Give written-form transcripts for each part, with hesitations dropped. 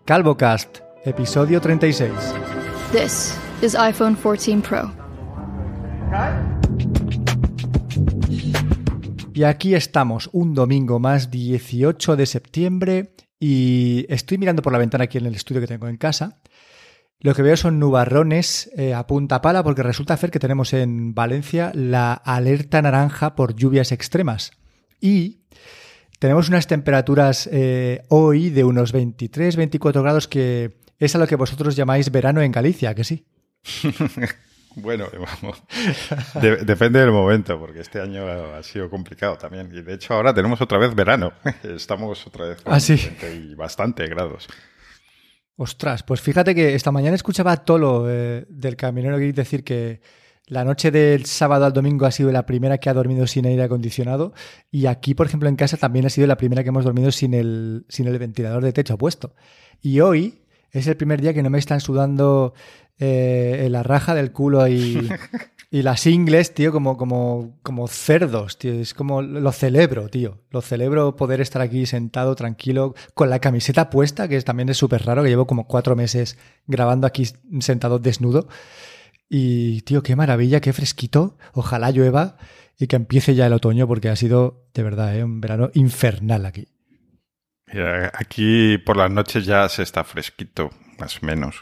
CalvoCast, episodio 36. This is iPhone 14 Pro. Y aquí estamos, un domingo más, 18 de septiembre, y estoy mirando por la ventana aquí en el estudio que tengo en casa. Lo que veo son nubarrones a punta pala, porque resulta ser que tenemos en Valencia la alerta naranja por lluvias extremas. Y tenemos unas temperaturas hoy de unos 23-24 grados, que es a lo que vosotros llamáis verano en Galicia, ¿que sí? Bueno, vamos, depende del momento, porque este año ha sido complicado también. Y de hecho ahora tenemos otra vez verano. Estamos otra vez con ¿sí? 20 y bastante grados. Ostras, pues fíjate que esta mañana escuchaba a Tolo del Caminero decir que la noche del sábado al domingo ha sido la primera que ha dormido sin aire acondicionado, y aquí, por ejemplo, en casa también ha sido la primera que hemos dormido sin el ventilador de techo puesto. Y hoy es el primer día que no me están sudando la raja del culo y las ingles, tío, como cerdos, tío. Es como lo celebro, tío. Lo celebro poder estar aquí sentado, tranquilo, con la camiseta puesta, que también es súper raro, que llevo como 4 meses grabando aquí sentado desnudo. Y, tío, qué maravilla, qué fresquito. Ojalá llueva y que empiece ya el otoño, porque ha sido, de verdad, un verano infernal aquí. Mira, aquí por las noches ya se está fresquito, más o menos.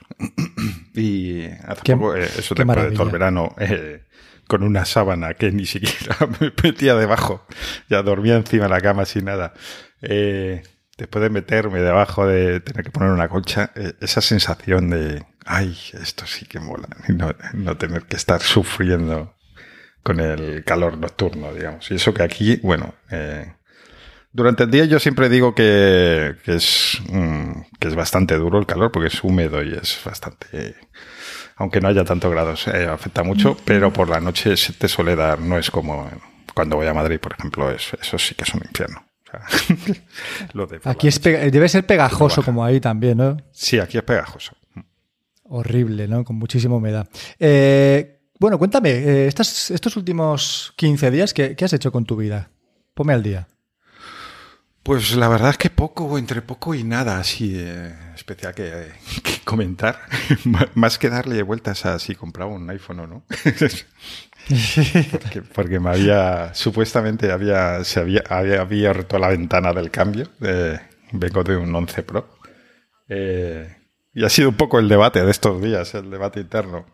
Y hace poco, eso después de todo el verano, con una sábana que ni siquiera me metía debajo. Ya dormía encima de la cama sin nada. Después de meterme debajo, de tener que poner una colcha, esa sensación de, ay, esto sí que mola. No tener que estar sufriendo con el calor nocturno, digamos. Y eso que aquí, bueno... durante el día yo siempre digo que es bastante duro el calor, porque es húmedo y es bastante... Aunque no haya tantos grados, afecta mucho, pero por la noche se te suele dar, no es como cuando voy a Madrid, por ejemplo, eso sí que es un infierno. O sea, lo de aquí debe ser pegajoso como ahí también, ¿no? Sí, aquí es pegajoso. Horrible, ¿no? Con muchísima humedad. Bueno, cuéntame, estos últimos 15 días, ¿qué has hecho con tu vida? Ponme al día. Pues la verdad es que poco, entre poco y nada así especial que comentar. Más que darle vueltas a si compraba un iPhone o no. porque me supuestamente había abierto la ventana del cambio. Vengo de un 11 Pro. Y ha sido un poco el debate de estos días, el debate interno.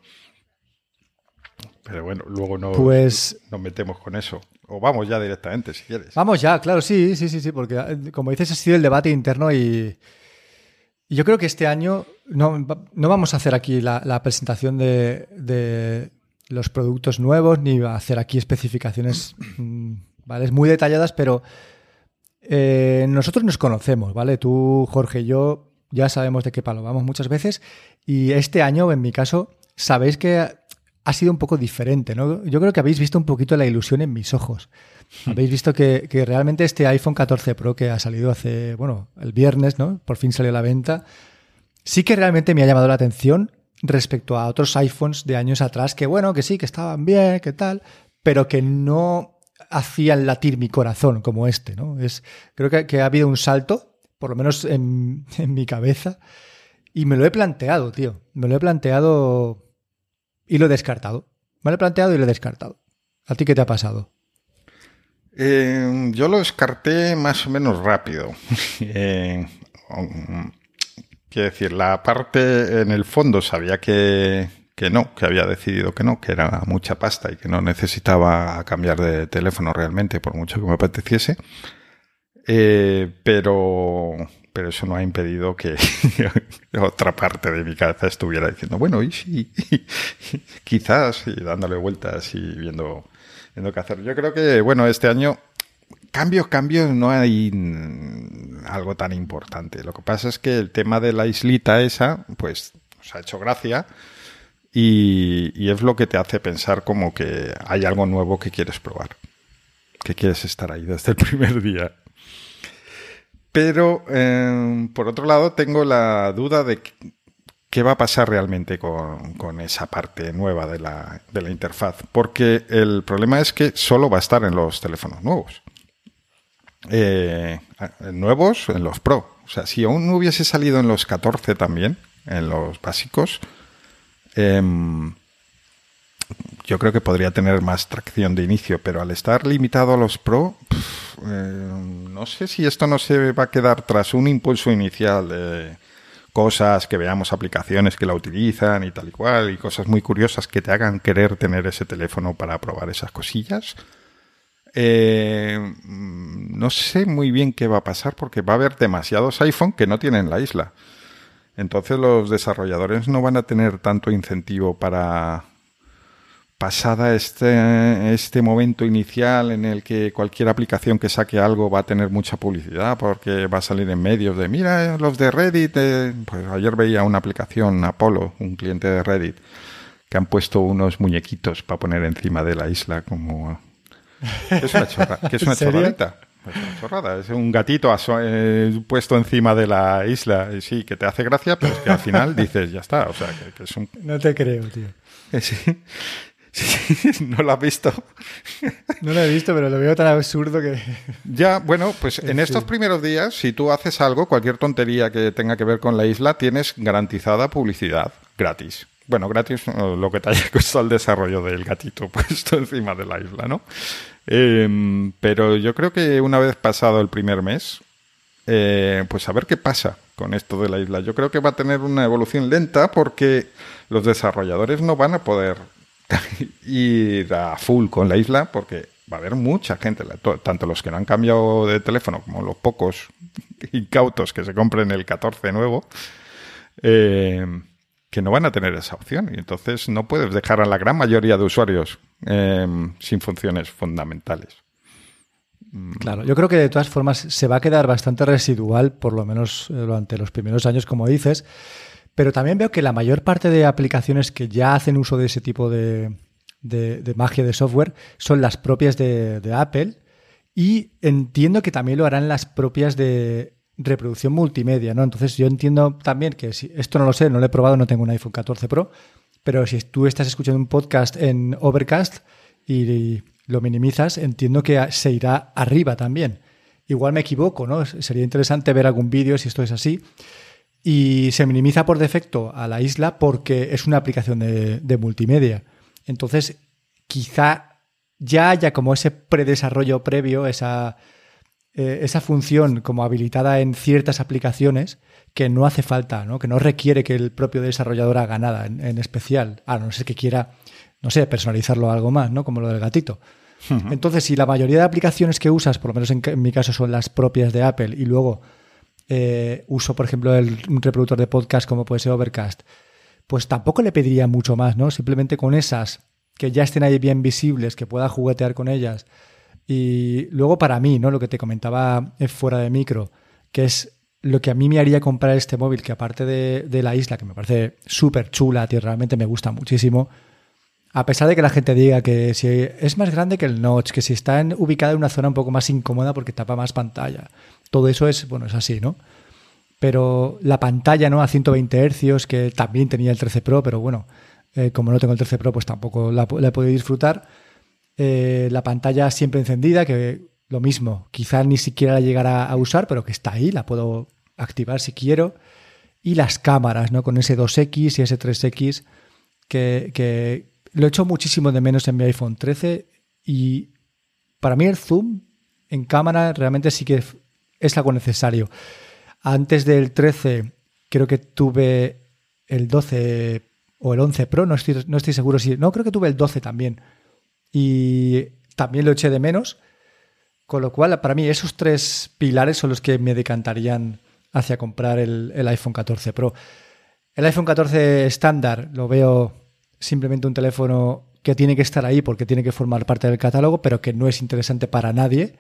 Pero bueno, luego nos metemos con eso. O vamos ya directamente, si quieres. Vamos ya, claro, sí, porque como dices, ha sido el debate interno y yo creo que este año no vamos a hacer aquí la presentación de los productos nuevos, ni a hacer aquí especificaciones, ¿vale? Muy detalladas, pero nosotros nos conocemos, ¿vale? Tú, Jorge y yo ya sabemos de qué palo vamos muchas veces, y este año, en mi caso, sabéis que ha sido un poco diferente, ¿no? Yo creo que habéis visto un poquito la ilusión en mis ojos. Habéis visto que realmente este iPhone 14 Pro que ha salido el viernes, ¿no? Por fin salió a la venta. Sí que realmente me ha llamado la atención respecto a otros iPhones de años atrás que sí, que estaban bien, que tal, pero que no hacían latir mi corazón como este, ¿no? Creo que ha habido un salto, por lo menos en mi cabeza, y me lo he planteado, tío. Me lo he planteado... y lo he descartado. Me lo he planteado y lo he descartado. ¿A ti qué te ha pasado? Yo lo descarté más o menos rápido. Quiero decir, la parte en el fondo sabía que no, que había decidido que no, que era mucha pasta y que no necesitaba cambiar de teléfono realmente, por mucho que me apeteciese. Pero eso no ha impedido que otra parte de mi cabeza estuviera diciendo, bueno, y sí, quizás, y dándole vueltas y viendo qué hacer. Yo creo que, este año, cambios, no hay algo tan importante. Lo que pasa es que el tema de la islita esa, pues, nos ha hecho gracia y es lo que te hace pensar como que hay algo nuevo que quieres probar, que quieres estar ahí desde el primer día. Pero, por otro lado, tengo la duda de qué va a pasar realmente con esa parte nueva de la interfaz. Porque el problema es que solo va a estar en los teléfonos nuevos. Nuevos en los Pro. O O sea, si aún no hubiese salido en los 14 también, en los básicos, yo creo que podría tener más tracción de inicio, pero al estar limitado a los Pro, no sé si esto no se va a quedar tras un impulso inicial de cosas, que veamos aplicaciones que la utilizan y tal y cual, y cosas muy curiosas que te hagan querer tener ese teléfono para probar esas cosillas. No sé muy bien qué va a pasar porque va a haber demasiados iPhone que no tienen la isla. Entonces los desarrolladores no van a tener tanto incentivo para, pasada este momento inicial en el que cualquier aplicación que saque algo va a tener mucha publicidad porque va a salir en medios de mira los de Reddit. Pues ayer veía una aplicación, Apollo, un cliente de Reddit, que han puesto unos muñequitos para poner encima de la isla como... Es una chorrada. ¿Qué es una chorradita? Es una chorrada. Es un gatito puesto encima de la isla. Y sí, que te hace gracia, pero es que al final dices, ya está. O sea, que es un... No te creo, tío. Sí. Sí, ¿no lo has visto? No lo he visto, pero lo veo tan absurdo que... Ya, bueno, pues en estos primeros días, si tú haces algo, cualquier tontería que tenga que ver con la isla, tienes garantizada publicidad gratis. Bueno, gratis lo que te haya costado el desarrollo del gatito puesto encima de la isla, ¿no? Pero yo creo que una vez pasado el primer mes, pues a ver qué pasa con esto de la isla. Yo creo que va a tener una evolución lenta porque los desarrolladores no van a poder ir a full con la isla porque va a haber mucha gente, tanto los que no han cambiado de teléfono como los pocos incautos que se compren el 14 nuevo, que no van a tener esa opción y entonces no puedes dejar a la gran mayoría de usuarios sin funciones fundamentales. Claro, yo creo que de todas formas se va a quedar bastante residual, por lo menos durante los primeros años, como dices. Pero también veo que la mayor parte de aplicaciones que ya hacen uso de ese tipo de magia de software son las propias de Apple y entiendo que también lo harán las propias de reproducción multimedia, ¿no? Entonces yo entiendo también que si esto no lo sé, no lo he probado, no tengo un iPhone 14 Pro, pero si tú estás escuchando un podcast en Overcast y lo minimizas, entiendo que se irá arriba también. Igual me equivoco, ¿no? Sería interesante ver algún vídeo si esto es así. Y se minimiza por defecto a la isla porque es una aplicación de multimedia. Entonces, quizá ya haya como ese predesarrollo previo, esa función como habilitada en ciertas aplicaciones que no hace falta, ¿no? Que no requiere que el propio desarrollador haga nada en especial, a no ser que quiera, no sé, personalizarlo algo más, ¿no? Como lo del gatito. Uh-huh. Entonces, si la mayoría de aplicaciones que usas, por lo menos en mi caso, son las propias de Apple y luego uso, por ejemplo, un reproductor de podcast como puede ser Overcast, pues tampoco le pediría mucho más, ¿no? Simplemente con esas que ya estén ahí bien visibles, que pueda juguetear con ellas. Y luego para mí, ¿no? Lo que te comentaba fuera de micro, que es lo que a mí me haría comprar este móvil, que aparte de la isla, que me parece súper chula, tío, realmente me gusta muchísimo, a pesar de que la gente diga que si es más grande que el Notch, que si está ubicada en una zona un poco más incómoda porque tapa más pantalla. Todo eso es, bueno, es así, ¿no? Pero la pantalla, ¿no? A 120 Hz, que también tenía el 13 Pro, pero bueno, como no tengo el 13 Pro, pues tampoco la he podido disfrutar. La pantalla siempre encendida, que lo mismo, quizá ni siquiera la llegara a usar, pero que está ahí, la puedo activar si quiero. Y las cámaras, ¿no? Con ese 2X y ese 3X, que lo echo muchísimo de menos en mi iPhone 13 y para mí el zoom en cámara realmente sí que es algo necesario. Antes del 13 creo que tuve el 12 o el 11 Pro, no estoy seguro si... No, creo que tuve el 12 también. Y también lo eché de menos. Con lo cual, para mí, esos tres pilares son los que me decantarían hacia comprar el iPhone 14 Pro. El iPhone 14 estándar lo veo simplemente un teléfono que tiene que estar ahí porque tiene que formar parte del catálogo, pero que no es interesante para nadie.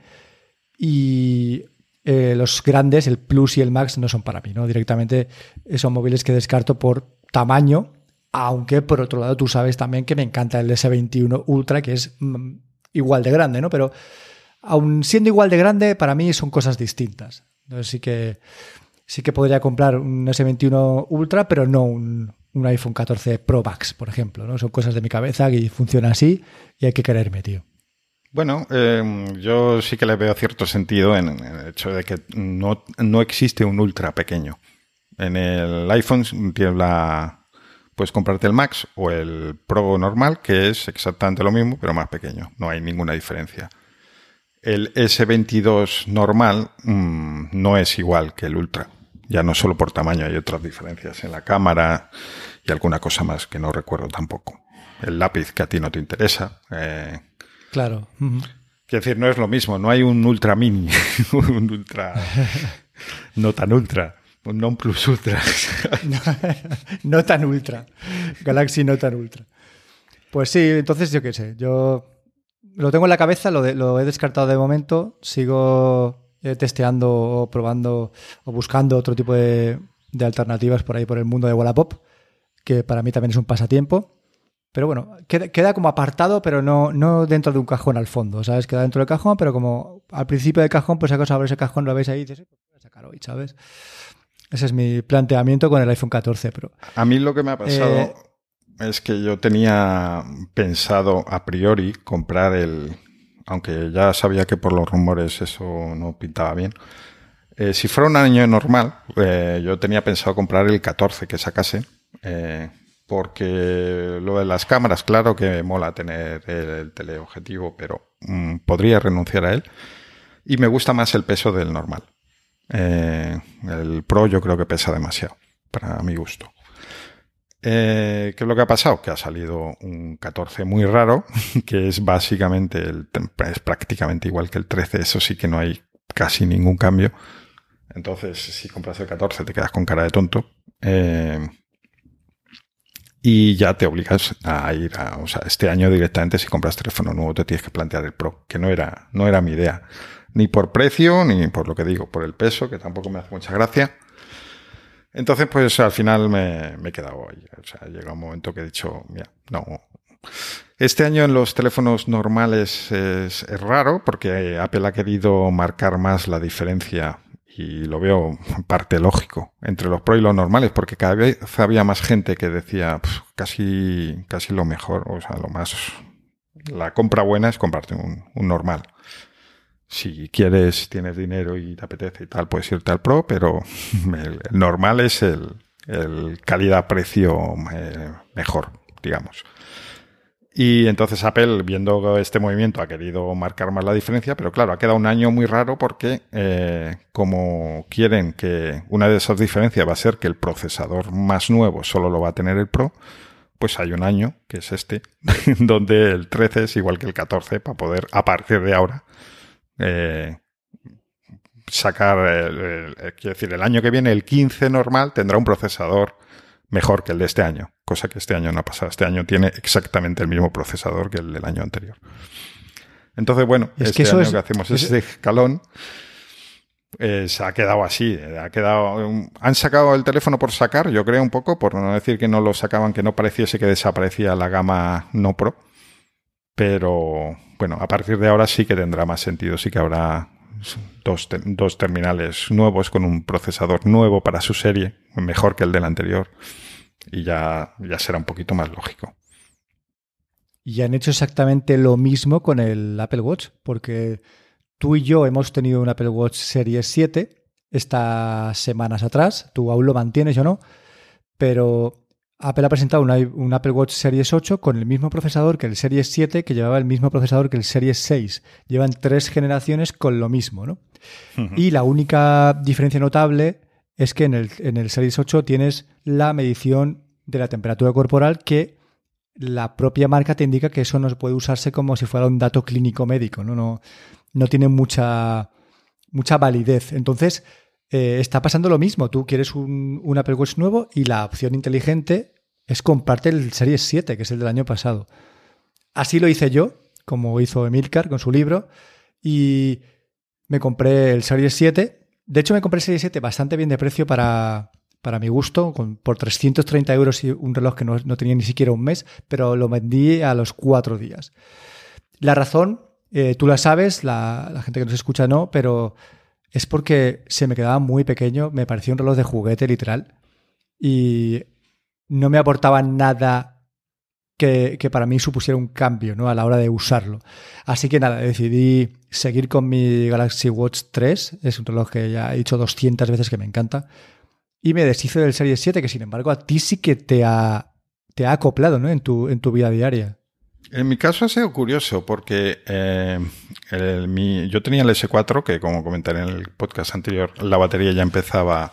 Y los grandes, el Plus y el Max, no son para mí, ¿no? Directamente son móviles que descarto por tamaño, aunque por otro lado tú sabes también que me encanta el S21 Ultra, que es igual de grande, ¿no? Pero aun siendo igual de grande, para mí son cosas distintas. Entonces sí que podría comprar un S21 Ultra, pero no un iPhone 14 Pro Max, por ejemplo, ¿no? Son cosas de mi cabeza y funciona así y hay que quererme, tío. Bueno, yo sí que le veo cierto sentido en el hecho de que no existe un ultra pequeño. En el iPhone puedes comprarte el Max o el Pro normal, que es exactamente lo mismo, pero más pequeño. No hay ninguna diferencia. El S22 normal no es igual que el Ultra. Ya no solo por tamaño, hay otras diferencias en la cámara y alguna cosa más que no recuerdo tampoco. El lápiz, que a ti no te interesa. Claro. Quiero decir, no es lo mismo. No hay un Ultra Mini, un Ultra no tan Ultra, un Non Plus Ultra. No tan Ultra. Galaxy no tan Ultra. Pues sí, entonces yo qué sé. Yo lo tengo en la cabeza, lo he descartado de momento. Sigo testeando o probando o buscando otro tipo de alternativas por ahí por el mundo de Wallapop, que para mí también es un pasatiempo. Pero bueno, queda como apartado, pero no dentro de un cajón al fondo, ¿sabes? Queda dentro del cajón, pero como al principio del cajón, pues acaso abres ese cajón, lo veis ahí y dices, pues voy a sacar hoy, ¿sabes? Ese es mi planteamiento con el iPhone 14 Pro. A mí lo que me ha pasado es que yo tenía pensado a priori comprar aunque ya sabía que por los rumores eso no pintaba bien. Si fuera un año normal, yo tenía pensado comprar el 14 que sacase, porque lo de las cámaras, claro que mola tener el teleobjetivo, pero podría renunciar a él. Y me gusta más el peso del normal. El Pro yo creo que pesa demasiado, para mi gusto. ¿Qué es lo que ha pasado? Que ha salido un 14 muy raro, que es básicamente, es prácticamente igual que el 13, eso sí que no hay casi ningún cambio. Entonces, si compras el 14 te quedas con cara de tonto. Y ya te obligas a ir o sea, este año directamente si compras teléfono nuevo te tienes que plantear el Pro, que no era mi idea. Ni por precio, ni por lo que digo, por el peso, que tampoco me hace mucha gracia. Entonces, pues al final me he quedado ahí. O sea, llega un momento que he dicho, mira, no. Este año en los teléfonos normales es raro porque Apple ha querido marcar más la diferencia, y lo veo en parte lógico, entre los Pro y los normales, porque cada vez había más gente que decía casi lo mejor, o sea, la compra buena es comprarte un normal. Si quieres, tienes dinero y te apetece y tal, puedes irte al Pro, pero el normal es el calidad-precio mejor, digamos. Y entonces Apple, viendo este movimiento, ha querido marcar más la diferencia, pero claro, ha quedado un año muy raro porque como quieren que una de esas diferencias va a ser que el procesador más nuevo solo lo va a tener el Pro, pues hay un año, que es este, donde el 13 es igual que el 14 para poder, a partir de ahora, sacar, quiero decir, el año que viene el 15 normal tendrá un procesador mejor que el de este año, cosa que este año no ha pasado. Este año tiene exactamente el mismo procesador que el del año anterior. Entonces, bueno, este año que hacemos ese escalón, se ha quedado así. Han sacado el teléfono por sacar, yo creo un poco, por no decir que no lo sacaban, que no pareciese que desaparecía la gama no Pro. Pero, bueno, a partir de ahora sí que tendrá más sentido, sí que habrá dos terminales nuevos con un procesador nuevo para su serie, mejor que el del anterior, y ya será un poquito más lógico. Y han hecho exactamente lo mismo con el Apple Watch, porque tú y yo hemos tenido un Apple Watch Series 7 estas semanas atrás, tú aún lo mantienes, yo no, pero Apple ha presentado un Apple Watch Series 8 con el mismo procesador que el Series 7, que llevaba el mismo procesador que el Series 6. Llevan 3 generaciones con lo mismo, ¿no? Uh-huh. Y la única diferencia notable es que en el Series 8 tienes la medición de la temperatura corporal, que la propia marca te indica que eso no puede usarse como si fuera un dato clínico médico, ¿no? No tiene mucha validez. Entonces, está pasando lo mismo. Tú quieres un Apple Watch nuevo y la opción inteligente es comprarte el Series 7, que es el del año pasado. Así lo hice yo, como hizo Emilcar con su libro, y me compré el Series 7. De hecho, me compré el Series 7 bastante bien de precio para mi gusto, por 330 euros y un reloj que no tenía ni siquiera un mes, pero lo vendí a los 4 días. La razón, tú la sabes, la gente que nos escucha no, pero es porque se me quedaba muy pequeño, me parecía un reloj de juguete literal y no me aportaba nada que para mí supusiera un cambio, ¿no?, a la hora de usarlo. Así que nada, decidí seguir con mi Galaxy Watch 3. Es un reloj que ya he dicho 200 veces que me encanta. Y me deshice del Series 7, que sin embargo a ti sí que te ha acoplado, ¿no?, en tu vida diaria. En mi caso ha sido curioso porque yo tenía el S4 que, como comenté en el podcast anterior, la batería ya empezaba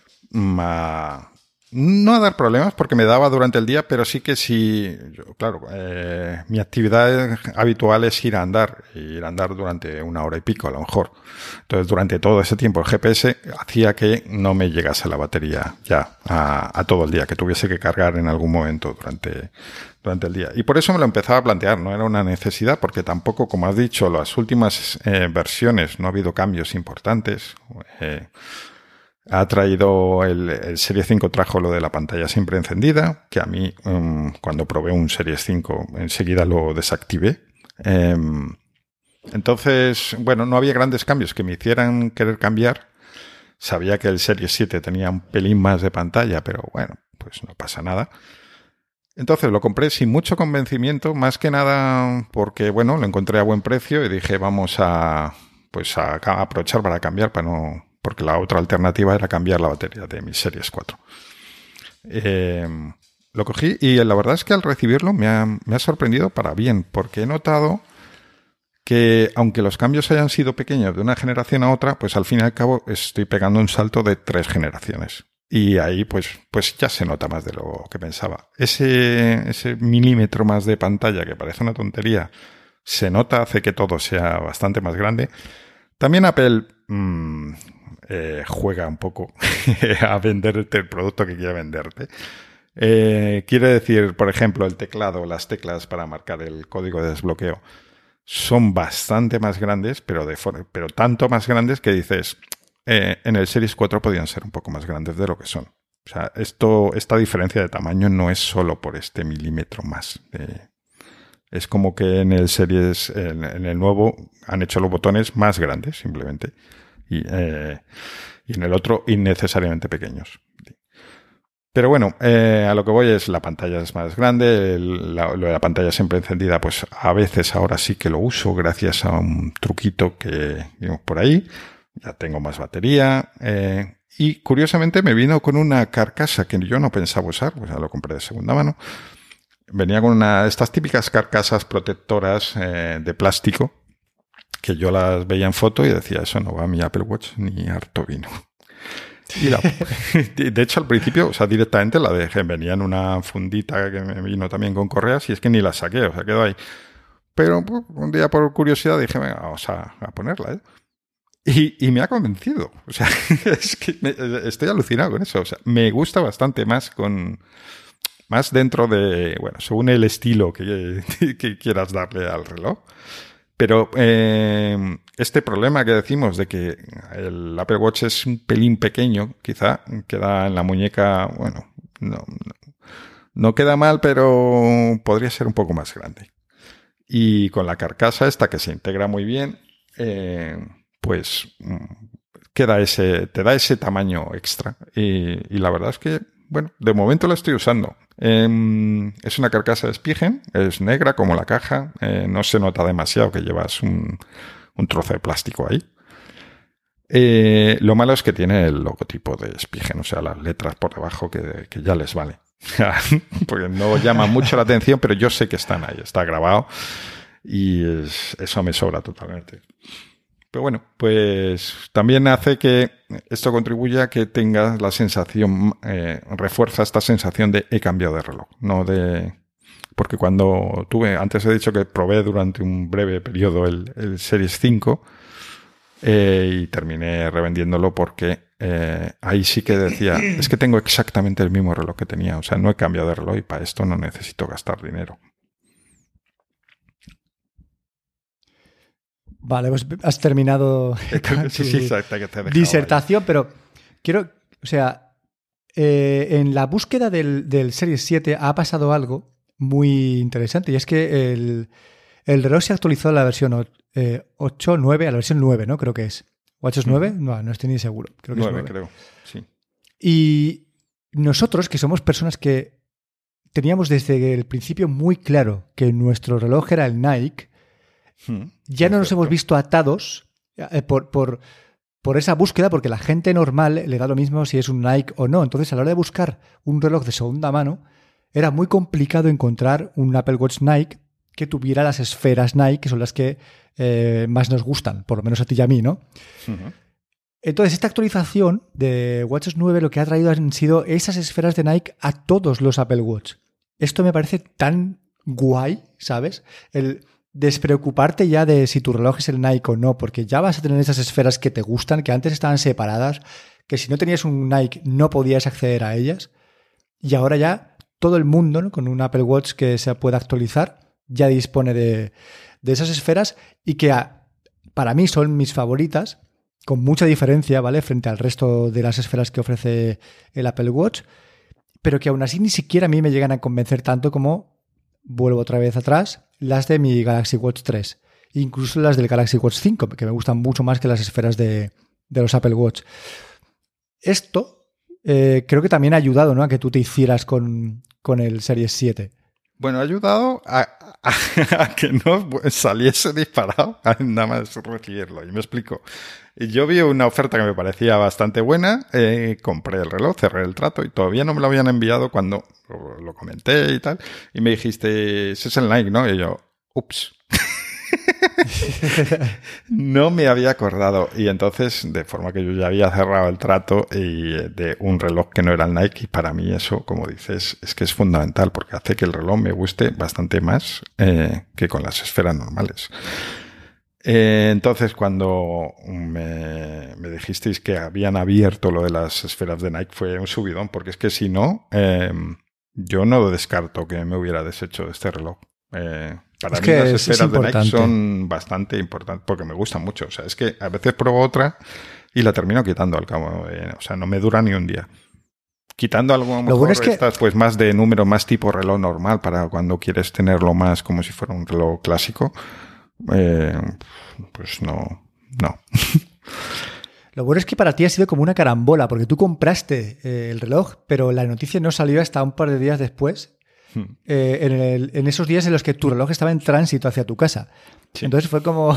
no a dar problemas porque me daba durante el día, pero sí que claro, mi actividad habitual es ir a andar durante 1 hora y pico a lo mejor. Entonces durante todo ese tiempo el GPS hacía que no me llegase la batería ya a todo el día, que tuviese que cargar en algún momento durante el día. Y por eso me lo empezaba a plantear, no era una necesidad, porque tampoco, como has dicho, las últimas versiones no ha habido cambios importantes. Ha traído el Series 5, trajo lo de la pantalla siempre encendida, que a mí cuando probé un Series 5 enseguida lo desactivé. Entonces, bueno, no había grandes cambios que me hicieran querer cambiar. Sabía que el Series 7 tenía un pelín más de pantalla, pero bueno, pues no pasa nada. Entonces lo compré sin mucho convencimiento, más que nada porque, bueno, lo encontré a buen precio y dije, vamos a aprovechar para cambiar, porque la otra alternativa era cambiar la batería de mi Series 4. Lo cogí y la verdad es que al recibirlo me ha sorprendido para bien, porque he notado que aunque los cambios hayan sido pequeños de una generación a otra, pues al fin y al cabo estoy pegando un salto de 3 generaciones. Y ahí pues ya se nota más de lo que pensaba. Ese milímetro más de pantalla, que parece una tontería, se nota, hace que todo sea bastante más grande. También Apple juega un poco a venderte el producto que quiere venderte. Quiere decir, por ejemplo, el teclado, las teclas para marcar el código de desbloqueo son bastante más grandes, pero tanto más grandes que dices, en el Series 4 podían ser un poco más grandes de lo que son. O sea, esta diferencia de tamaño no es solo por este milímetro más. Es como que en el Series, en el nuevo, han hecho los botones más grandes, simplemente. Y en el otro, innecesariamente pequeños. Pero bueno, a lo que voy es, la pantalla es más grande, lo de la pantalla siempre encendida, pues a veces ahora sí que lo uso gracias a un truquito que vimos por ahí. Ya tengo más batería. Y curiosamente me vino con una carcasa que yo no pensaba usar, pues ya lo compré de segunda mano. Venía con estas típicas carcasas protectoras de plástico, que yo las veía en foto y decía, eso no va a mi Apple Watch ni harto vino. Y de hecho, al principio, o sea, directamente la dejé. Venía en una fundita que me vino también con correas y es que ni la saqué, o sea, quedó ahí. Pero un día por curiosidad dije, venga, vamos a ponerla, Y me ha convencido. O sea, es que estoy alucinado con eso. O sea, me gusta bastante más dentro de, bueno, según el estilo que quieras darle al reloj. Pero este problema que decimos de que el Apple Watch es un pelín pequeño, quizá queda en la muñeca, bueno, no queda mal, pero podría ser un poco más grande. Y con la carcasa esta que se integra muy bien, pues te da ese tamaño extra. Y la verdad es que, bueno, de momento la estoy usando. Es una carcasa de Spigen, es negra como la caja, no se nota demasiado que llevas un trozo de plástico ahí. Lo malo es que tiene el logotipo de Spigen, o sea, las letras por debajo que ya les vale. Porque no llama mucho la atención, pero yo sé que están ahí, está grabado y eso me sobra totalmente. Pero bueno, pues también hace que esto contribuya a que tengas la sensación, refuerza esta sensación de he cambiado de reloj, porque cuando antes he dicho que probé durante un breve periodo el Series 5 y terminé revendiéndolo porque ahí sí que decía, es que tengo exactamente el mismo reloj que tenía, o sea, no he cambiado de reloj y para esto no necesito gastar dinero. Vale, pues has terminado tu disertación, pero quiero, o sea, en la búsqueda del Series 7 ha pasado algo muy interesante y es que el reloj se ha actualizado a la versión 8, 9, a la versión 9, ¿no? Creo que es. ¿8 es 9? No estoy ni seguro. Creo que 9, es 9. creo, sí. Y nosotros, que somos personas que teníamos desde el principio muy claro que nuestro reloj era el Nike, ya no nos hemos visto atados por esa búsqueda, porque la gente normal le da lo mismo si es un Nike o no. Entonces, a la hora de buscar un reloj de segunda mano, era muy complicado encontrar un Apple Watch Nike que tuviera las esferas Nike, que son las que más nos gustan, por lo menos a ti y a mí, ¿no? Uh-huh. Entonces, esta actualización de WatchOS 9 lo que ha traído han sido esas esferas de Nike a todos los Apple Watch. Esto me parece tan guay, ¿sabes? El despreocuparte ya de si tu reloj es el Nike o no, porque ya vas a tener esas esferas que te gustan, que antes estaban separadas, que si no tenías un Nike no podías acceder a ellas, y ahora ya todo el mundo, ¿no?, con un Apple Watch que se pueda actualizar ya dispone de esas esferas, y que para mí son mis favoritas, con mucha diferencia, ¿vale?, frente al resto de las esferas que ofrece el Apple Watch, pero que aún así ni siquiera a mí me llegan a convencer tanto como, vuelvo otra vez atrás, las de mi Galaxy Watch 3, incluso las del Galaxy Watch 5, que me gustan mucho más que las esferas de los Apple Watch. Esto creo que también ha ayudado, ¿no?, a que tú te hicieras con el Series 7. Bueno, ha ayudado a que no saliese disparado nada más recibirlo. Y me explico. Yo vi una oferta que me parecía bastante buena, compré el reloj, cerré el trato y todavía no me lo habían enviado cuando lo comenté y tal. Y me dijiste, ese es el Nike, ¿no? Y yo, ups. No me había acordado. Y entonces, de forma que yo ya había cerrado el trato de un reloj que no era el Nike, y para mí eso, como dices, es que es fundamental, porque hace que el reloj me guste bastante más que con las esferas normales. Entonces, cuando me dijisteis que habían abierto lo de las esferas de Nike, fue un subidón, porque es que si no, yo no descarto que me hubiera deshecho de este reloj. Para mí las esferas de Nike son bastante importantes porque me gustan mucho. O sea, es que a veces pruebo otra y la termino quitando al cabo. O sea, no me dura ni un día. Quitando algo a lo mejor bueno es estas, pues más de número, más tipo reloj normal para cuando quieres tenerlo más como si fuera un reloj clásico. Pues no. Lo bueno es que para ti ha sido como una carambola, porque tú compraste el reloj, pero la noticia no salió hasta un par de días después. En esos días en los que tu reloj estaba en tránsito hacia tu casa. Sí. Entonces fue como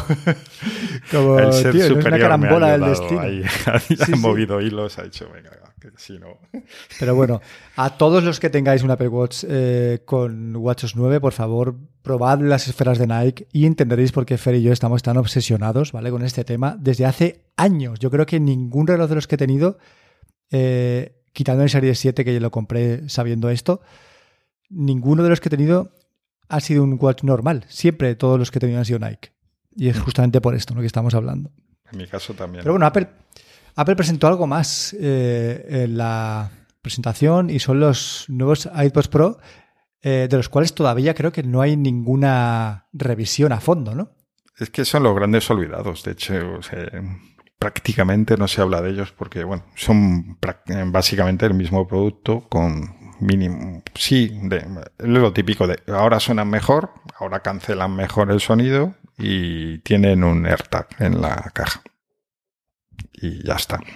el ser tío, superior, no es una carambola del destino. Ahí ha movido hilos, ha dicho, venga, que si no. Pero bueno, a todos los que tengáis un Apple Watch con WatchOS 9, por favor, probad las esferas de Nike y entenderéis por qué Fer y yo estamos tan obsesionados, ¿vale?, con este tema desde hace años. Yo creo que ningún reloj de los que he tenido, quitando el Series 7, que yo lo compré sabiendo esto, ninguno de los que he tenido ha sido un watch normal. Siempre todos los que he tenido han sido Nike. Y es justamente por esto, ¿no?, que estamos hablando. En mi caso también. Pero bueno, Apple presentó algo más en la presentación, y son los nuevos iPods Pro, de los cuales todavía creo que no hay ninguna revisión a fondo, ¿no? Es que son los grandes olvidados. De hecho, prácticamente no se habla de ellos porque, bueno, son básicamente el mismo producto con mínimo, sí, lo típico de ahora suenan mejor, ahora cancelan mejor el sonido y tienen un AirTag en la caja. Y ya está.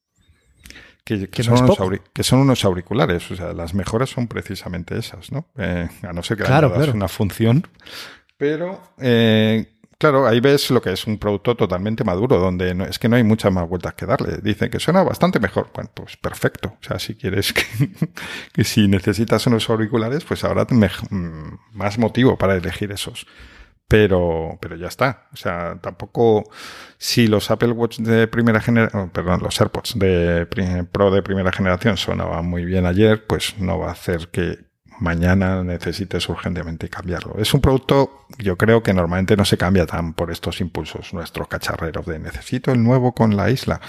Que son unos auriculares, o sea, las mejores son precisamente esas, ¿no? A no ser que le das una función. Pero, claro, ahí ves lo que es un producto totalmente maduro, donde es que no hay muchas más vueltas que darle. Dicen que suena bastante mejor. Bueno, pues perfecto. O sea, si quieres que si necesitas unos auriculares, pues habrá más motivo para elegir esos. Pero ya está. O sea, tampoco, si los Apple Watch de primera generación, los AirPods Pro de primera generación sonaban muy bien ayer, pues no va a hacer que mañana necesites urgentemente cambiarlo. Es un producto, yo creo que normalmente no se cambia tan por estos impulsos nuestros cacharreros de necesito el nuevo con la isla.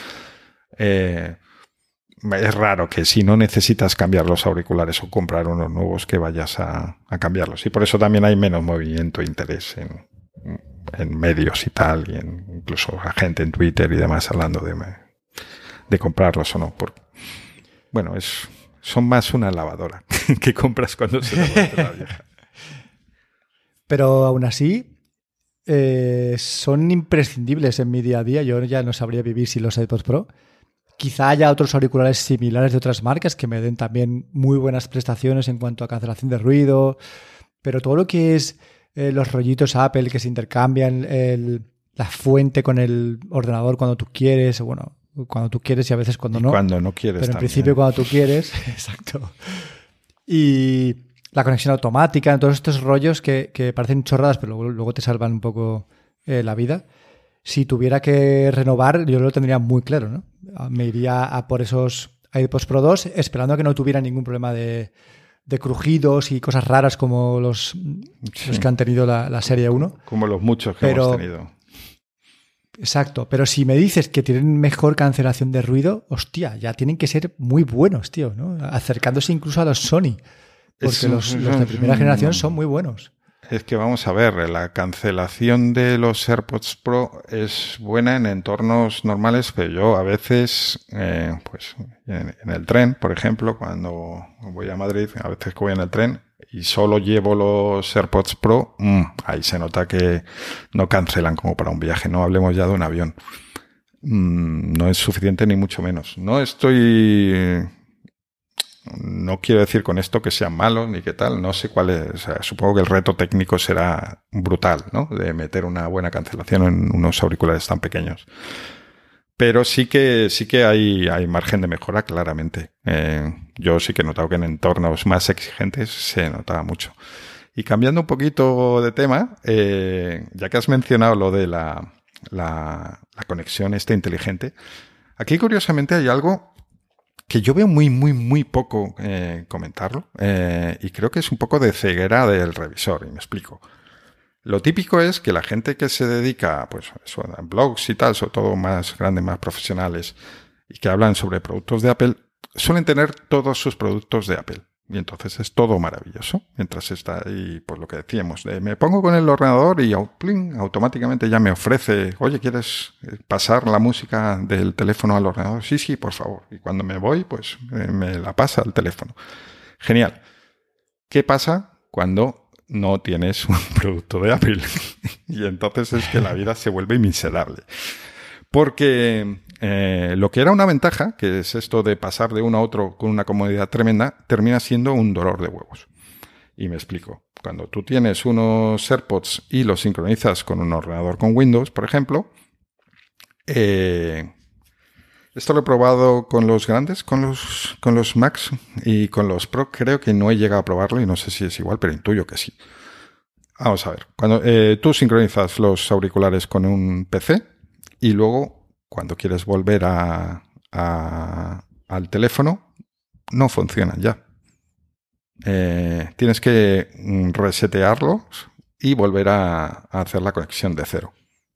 Es raro que si no necesitas cambiar los auriculares o comprar unos nuevos que vayas a cambiarlos. Y por eso también hay menos movimiento e interés en medios y tal, y incluso a gente en Twitter y demás hablando de comprarlos o no. Bueno, son más una lavadora que compras cuando se lava la vieja. Pero aún así, son imprescindibles en mi día a día. Yo ya no sabría vivir sin los iPods Pro. Quizá haya otros auriculares similares de otras marcas que me den también muy buenas prestaciones en cuanto a cancelación de ruido, pero todo lo que es los rollitos Apple que se intercambian la fuente con el ordenador cuando tú quieres, o bueno, cuando tú quieres y a veces cuando no. Cuando no quieres pero en también. principio cuando tú quieres, exacto. Y la conexión automática, todos estos rollos que parecen chorradas, pero luego te salvan un poco la vida. Si tuviera que renovar, yo lo tendría muy claro, ¿no? Me iría a por esos AirPods Pro 2 esperando a que no tuviera ningún problema de crujidos y cosas raras como los que han tenido la serie 1. Como los muchos que hemos tenido. Exacto, pero si me dices que tienen mejor cancelación de ruido, hostia, ya tienen que ser muy buenos, tío, ¿no? Acercándose incluso a los Sony, porque los de primera generación son muy buenos. Es que vamos a ver, la cancelación de los AirPods Pro es buena en entornos normales, pero yo a veces, pues en el tren, por ejemplo, cuando voy a Madrid, a veces que voy en el tren y solo llevo los AirPods Pro, ahí se nota que no cancelan como para un viaje, no hablemos ya de un avión. No es suficiente ni mucho menos. No quiero decir con esto que sean malos ni qué tal, no sé cuál es. O sea, supongo que el reto técnico será brutal, ¿no? De meter una buena cancelación en unos auriculares tan pequeños. Pero sí que hay margen de mejora, claramente. Yo sí que he notado que en entornos más exigentes se notaba mucho. Y cambiando un poquito de tema, ya que has mencionado lo de la conexión inteligente, aquí curiosamente hay algo que yo veo muy, muy, muy poco comentarlo, y creo que es un poco de ceguera del revisor, y me explico. Lo típico es que la gente que se dedica pues, a blogs y tal, sobre todo más grandes, más profesionales, y que hablan sobre productos de Apple, suelen tener todos sus productos de Apple. Y entonces es todo maravilloso. Mientras está ahí, pues lo que decíamos, me pongo con el ordenador y ¡pling!, automáticamente ya me ofrece, oye, ¿quieres pasar la música del teléfono al ordenador? Sí, por favor. Y cuando me voy, pues me la pasa al teléfono. Genial. ¿Qué pasa cuando no tienes un producto de Apple? Y entonces es que la vida se vuelve miserable. Porque lo que era una ventaja, que es esto de pasar de uno a otro con una comodidad tremenda, termina siendo un dolor de huevos. Y me explico. Cuando tú tienes unos AirPods y los sincronizas con un ordenador con Windows, por ejemplo, esto lo he probado con los grandes, con los Macs y con los Pro. Creo que no he llegado a probarlo y no sé si es igual, pero intuyo que sí. Vamos a ver. Cuando tú sincronizas los auriculares con un PC y luego, cuando quieres volver al teléfono, no funcionan ya. Tienes que resetearlos y volver a hacer la conexión de cero.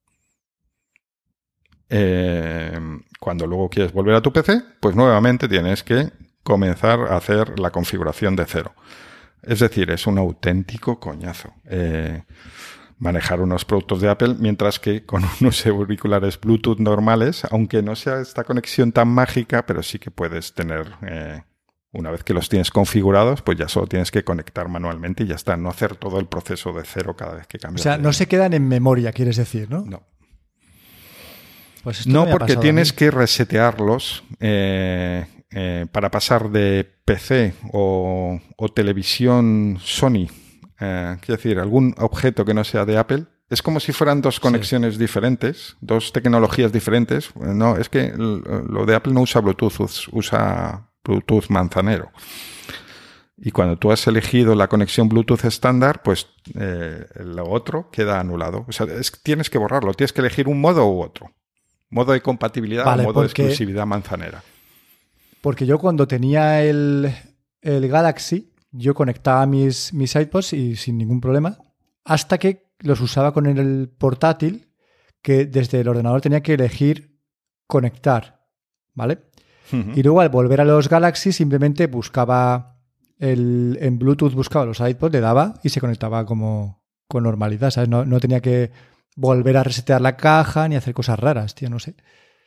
Cuando luego quieres volver a tu PC, pues nuevamente tienes que comenzar a hacer la configuración de cero. Es decir, es un auténtico coñazo manejar unos productos de Apple, mientras que con unos auriculares Bluetooth normales, aunque no sea esta conexión tan mágica, pero sí que puedes tener, una vez que los tienes configurados, pues ya solo tienes que conectar manualmente y ya está, no hacer todo el proceso de cero cada vez que cambias. O sea, no se quedan en memoria, quieres decir, ¿no? No. Pues no, porque tienes que resetearlos para pasar de PC o televisión Sony. Quiero decir, algún objeto que no sea de Apple. Es como si fueran dos conexiones diferentes, dos tecnologías diferentes. No, es que lo de Apple no usa Bluetooth, usa Bluetooth manzanero. Y cuando tú has elegido la conexión Bluetooth estándar, pues lo otro queda anulado. O sea, tienes que borrarlo, tienes que elegir un modo u otro. Modo de compatibilidad o modo de exclusividad manzanera. Porque yo cuando tenía el Galaxy, yo conectaba mis iPods y sin ningún problema, hasta que los usaba con el portátil, que desde el ordenador tenía que elegir conectar, ¿vale? Uh-huh. Y luego al volver a los Galaxy simplemente buscaba en Bluetooth, buscaba los iPods, le daba y se conectaba como con normalidad, ¿sabes? No tenía que volver a resetear la caja ni hacer cosas raras, tío, no sé.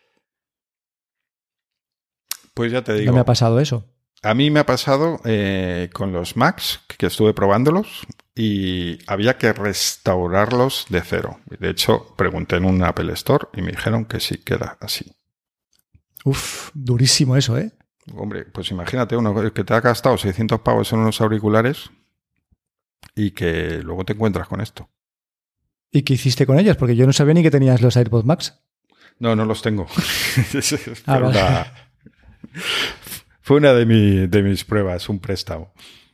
Pues ya te digo. No me ha pasado eso. A mí me ha pasado con los Macs, que estuve probándolos, y había que restaurarlos de cero. De hecho, pregunté en un Apple Store y me dijeron que sí queda así. Uf, durísimo eso, ¿eh? Hombre, pues imagínate uno que te ha gastado 600 pavos en unos auriculares y que luego te encuentras con esto. ¿Y qué hiciste con ellos? Porque yo no sabía ni que tenías los AirPods Max. No los tengo. Vale. Fue una de mis pruebas, un préstamo.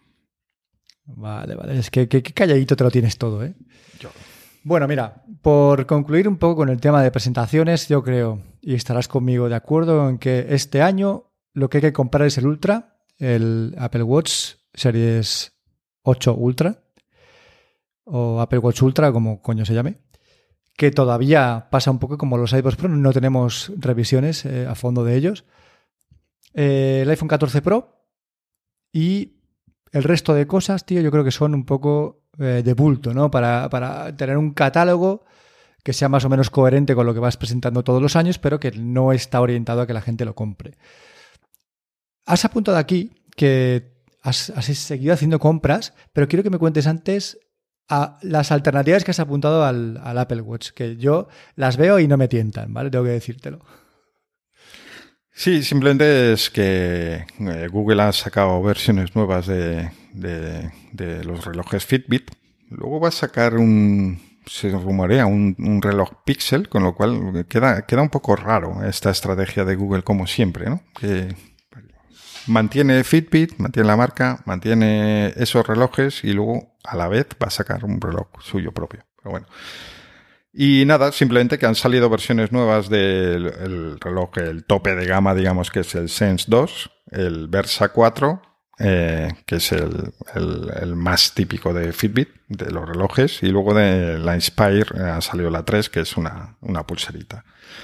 Vale. Es que calladito te lo tienes todo, ¿eh? Yo. Bueno, mira, por concluir un poco con el tema de presentaciones, yo creo, y estarás conmigo de acuerdo, en que este año lo que hay que comprar es el Ultra, el Apple Watch Series 8 Ultra, o Apple Watch Ultra, como coño se llame, que todavía pasa un poco como los iPods Pro, no tenemos revisiones a fondo de ellos. El iPhone 14 Pro y el resto de cosas, tío, yo creo que son un poco de bulto, ¿no? Para tener un catálogo que sea más o menos coherente con lo que vas presentando todos los años, pero que no está orientado a que la gente lo compre. Has apuntado aquí que has seguido haciendo compras, pero quiero que me cuentes antes a las alternativas que has apuntado al Apple Watch, que yo las veo y no me tientan, ¿vale? Tengo que decírtelo. Sí, simplemente es que Google ha sacado versiones nuevas de los relojes Fitbit. Luego va a sacar se rumorea un reloj Pixel, con lo cual queda un poco raro esta estrategia de Google como siempre, ¿no? Que mantiene Fitbit, mantiene la marca, mantiene esos relojes y luego a la vez va a sacar un reloj suyo propio. Pero bueno. Y nada, simplemente que han salido versiones nuevas del reloj, el tope de gama, digamos, que es el Sense 2, el Versa 4, que es el más típico de Fitbit, de los relojes, y luego de la Inspire ha salido la 3, que es una pulserita.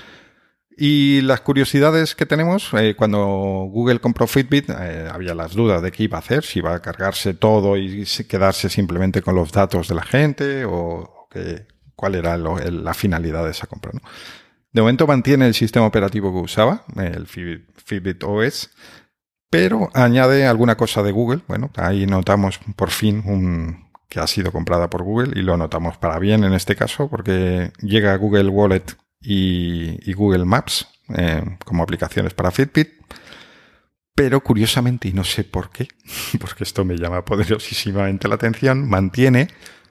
Y las curiosidades que tenemos, cuando Google compró Fitbit, había las dudas de qué iba a hacer, si iba a cargarse todo y quedarse simplemente con los datos de la gente o cuál era la finalidad de esa compra, ¿no? De momento mantiene el sistema operativo que usaba, el Fitbit OS, pero añade alguna cosa de Google. Bueno, ahí notamos por fin que ha sido comprada por Google y lo notamos para bien en este caso porque llega Google Wallet y Google Maps como aplicaciones para Fitbit, pero curiosamente, y no sé por qué, porque esto me llama poderosísimamente la atención, mantiene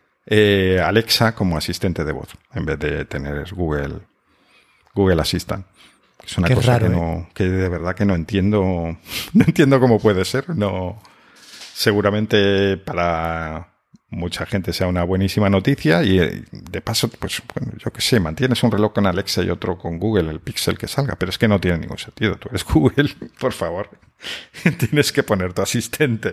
Alexa como asistente de voz en vez de tener Google Assistant. Es una cosa raro, que de verdad que no entiendo cómo puede ser. No, seguramente para mucha gente sea una buenísima noticia y de paso, pues bueno, yo qué sé, mantienes un reloj con Alexa y otro con Google, el Pixel que salga, pero es que no tiene ningún sentido. Tú eres Google, por favor, tienes que poner tu asistente.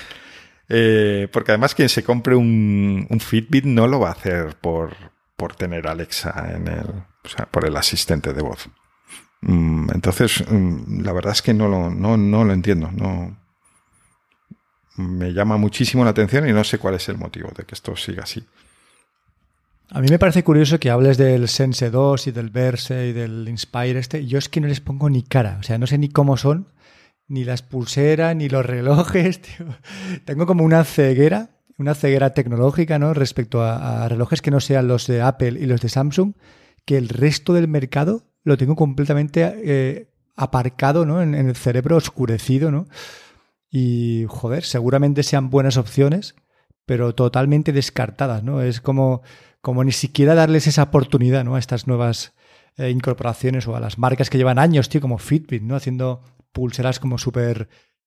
Porque además quien se compre un Fitbit no lo va a hacer por tener Alexa o sea, por el asistente de voz. Entonces, la verdad es que no lo entiendo. No, me llama muchísimo la atención y no sé cuál es el motivo de que esto siga así. A mí me parece curioso que hables del Sense 2 y del Verse y del Inspire y yo es que no les pongo ni cara. O sea, no sé ni cómo son, ni las pulseras, ni los relojes, tío. Tengo como una ceguera tecnológica, ¿no? Respecto a relojes que no sean los de Apple y los de Samsung, que el resto del mercado lo tengo completamente aparcado, ¿no? En el cerebro oscurecido, ¿no? Y, joder, seguramente sean buenas opciones, pero totalmente descartadas, ¿no? Es como ni siquiera darles esa oportunidad, ¿no? A estas nuevas incorporaciones o a las marcas que llevan años, tío, como Fitbit, ¿no? Haciendo pulseras como súper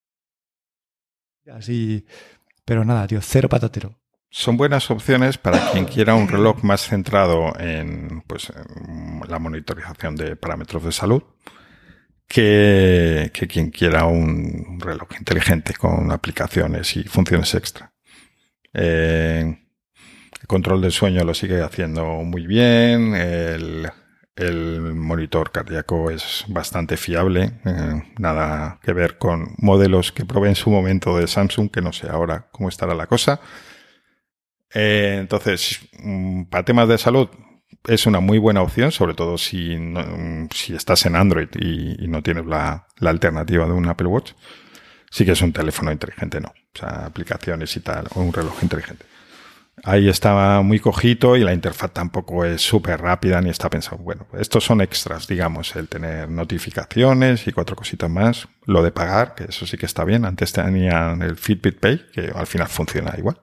así, pero nada, tío, cero patatero. Son buenas opciones para quien quiera un reloj más centrado en la monitorización de parámetros de salud que quien quiera un reloj inteligente con aplicaciones y funciones extra. El control del sueño lo sigue haciendo muy bien, el monitor cardíaco es bastante fiable, nada que ver con modelos que probé en su momento de Samsung, que no sé ahora cómo estará la cosa. Entonces, para temas de salud es una muy buena opción, sobre todo si estás en Android y no tienes la alternativa de un Apple Watch. Sí que es un teléfono inteligente, no. O sea, aplicaciones y tal, o un reloj inteligente. ahí está muy cojito y la interfaz tampoco es súper rápida ni está pensado. Bueno, estos son extras, digamos, el tener notificaciones y 4 cositas más. Lo de pagar, que eso sí que está bien. Antes tenían el Fitbit Pay, que al final funciona igual.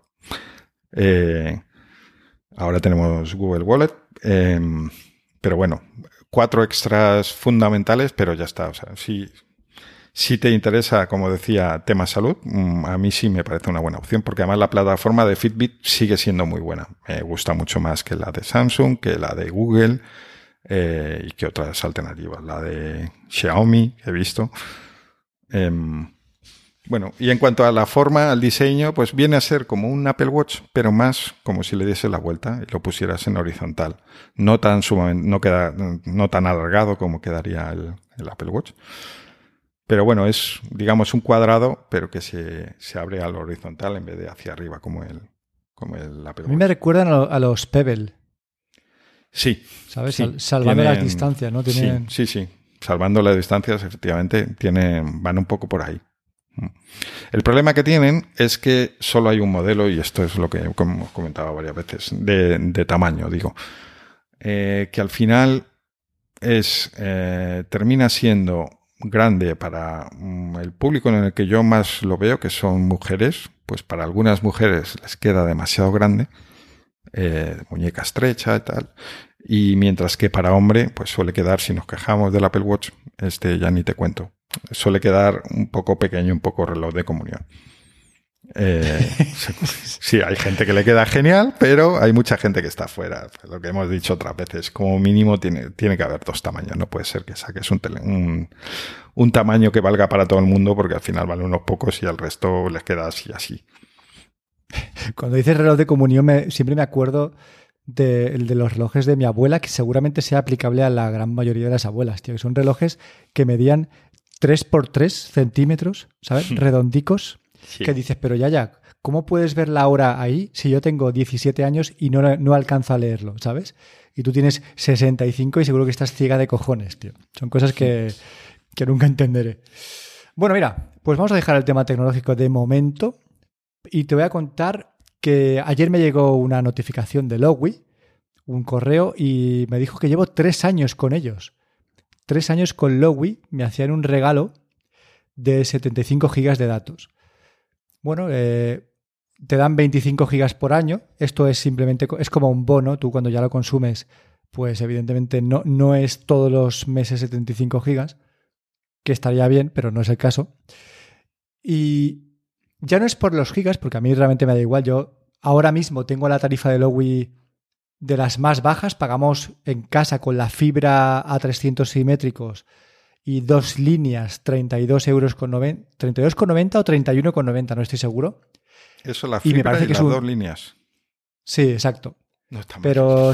Ahora tenemos Google Wallet. Pero bueno, 4 extras fundamentales, pero ya está. O sea, si te interesa, como decía, tema salud, a mí sí me parece una buena opción, porque además la plataforma de Fitbit sigue siendo muy buena. Me gusta mucho más que la de Samsung, que la de Google y que otras alternativas. La de Xiaomi, que he visto. Bueno, y en cuanto a la forma, al diseño, pues viene a ser como un Apple Watch, pero más como si le diese la vuelta y lo pusieras en horizontal. No tan alargado como quedaría el Apple Watch. Pero bueno, es, digamos, un cuadrado, pero que se abre al horizontal en vez de hacia arriba, como el Apple Watch. A mí me recuerdan a los Pebble. Sí. ¿Sabes? Sí, salvando las distancias, ¿no? Sí. Salvando las distancias, efectivamente, van un poco por ahí. El problema que tienen es que solo hay un modelo, y esto es lo que hemos comentado varias veces, de tamaño, digo. Que al final termina siendo grande para el público en el que yo más lo veo, que son mujeres. Pues para algunas mujeres les queda demasiado grande, muñeca estrecha y tal, y mientras que para hombre pues suele quedar, si nos quejamos del Apple Watch, ya ni te cuento, suele quedar un poco pequeño, un poco reloj de comunión. Sí, hay gente que le queda genial, pero hay mucha gente que está fuera. Lo que hemos dicho otras veces, como mínimo tiene que haber 2 tamaños. No puede ser que saques un tamaño que valga para todo el mundo, porque al final valen unos pocos y al resto les queda así. Cuando dices reloj de comunión, siempre me acuerdo de los relojes de mi abuela, que seguramente sea aplicable a la gran mayoría de las abuelas, tío, que son relojes que medían 3x3 centímetros, ¿sabes? Redondicos. Sí. Que dices, pero ya, ¿cómo puedes ver la hora ahí si yo tengo 17 años y no alcanzo a leerlo, ¿sabes? Y tú tienes 65 y seguro que estás ciega de cojones, tío. Son cosas que nunca entenderé. Bueno, mira, pues vamos a dejar el tema tecnológico de momento y te voy a contar que ayer me llegó una notificación de Lowy, un correo, y me dijo que llevo 3 años con ellos. 3 años con Lowy, me hacían un regalo de 75 gigas de datos. Bueno, te dan 25 gigas por año. Esto es simplemente, es como un bono. Tú cuando ya lo consumes, pues evidentemente no es todos los meses 75 gigas, que estaría bien, pero no es el caso. Y ya no es por los gigas, porque a mí realmente me da igual. Yo ahora mismo tengo la tarifa de Lowy de las más bajas. Pagamos en casa con la fibra a 300 simétricos y 2 líneas, 32,90 €, o 31,90, no estoy seguro. Eso, la fibra y me parece que las 2 líneas. Sí, exacto. No está mal. Pero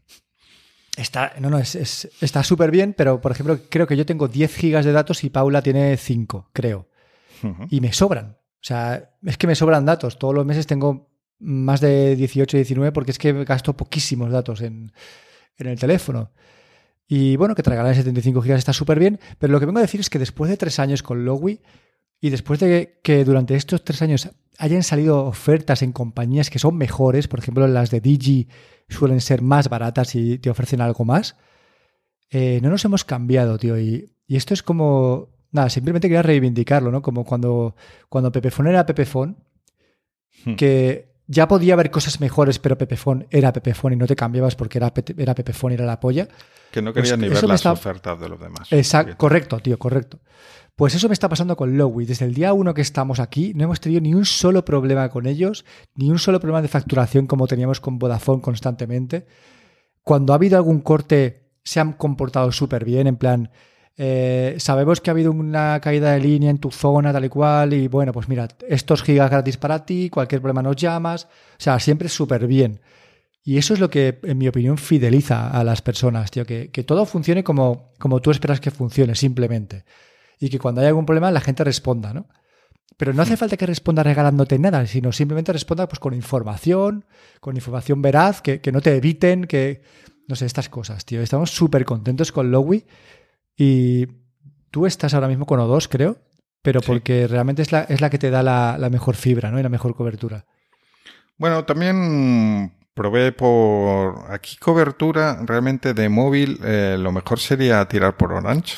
está súper bien, pero por ejemplo, creo que yo tengo 10 gigas de datos y Paula tiene 5, creo. Uh-huh. Y me sobran. O sea, es que me sobran datos. Todos los meses tengo más de 18, 19, porque es que gasto poquísimos datos en el teléfono. Y bueno, que te regalan 75 gigas está súper bien, pero lo que vengo a decir es que después de 3 años con Lowy y después de que durante estos 3 años hayan salido ofertas en compañías que son mejores, por ejemplo las de Digi suelen ser más baratas y te ofrecen algo más, no nos hemos cambiado, tío, y esto es como, nada, simplemente quería reivindicarlo, ¿no? Como cuando Pepefone era Pepefone, que ya podía haber cosas mejores, pero Pepefone era Pepefone y no te cambiabas porque era Pepefone y era la polla. Que no querías ni ver las ofertas de los demás. Exacto, correcto, tío, correcto. Pues eso me está pasando con Lowy. Desde el día 1 que estamos aquí no hemos tenido ni un solo problema con ellos, ni un solo problema de facturación como teníamos con Vodafone constantemente. Cuando ha habido algún corte se han comportado súper bien, en plan, sabemos que ha habido una caída de línea en tu zona tal y cual y bueno, pues mira, estos gigas gratis para ti, cualquier problema nos llamas. O sea, siempre súper bien. Y eso es lo que, en mi opinión, fideliza a las personas, tío, que todo funcione como tú esperas que funcione, simplemente. Y que cuando hay algún problema la gente responda, ¿no? Pero no hace falta que responda regalándote nada, sino simplemente responda pues con información veraz, que no te eviten, que no sé, estas cosas, tío. Estamos súper contentos con Lowy y tú estás ahora mismo con O2, creo, pero porque realmente es la que te da la mejor fibra, ¿no? Y la mejor cobertura. Bueno, también probé por aquí cobertura realmente de móvil. Lo mejor sería tirar por Orange.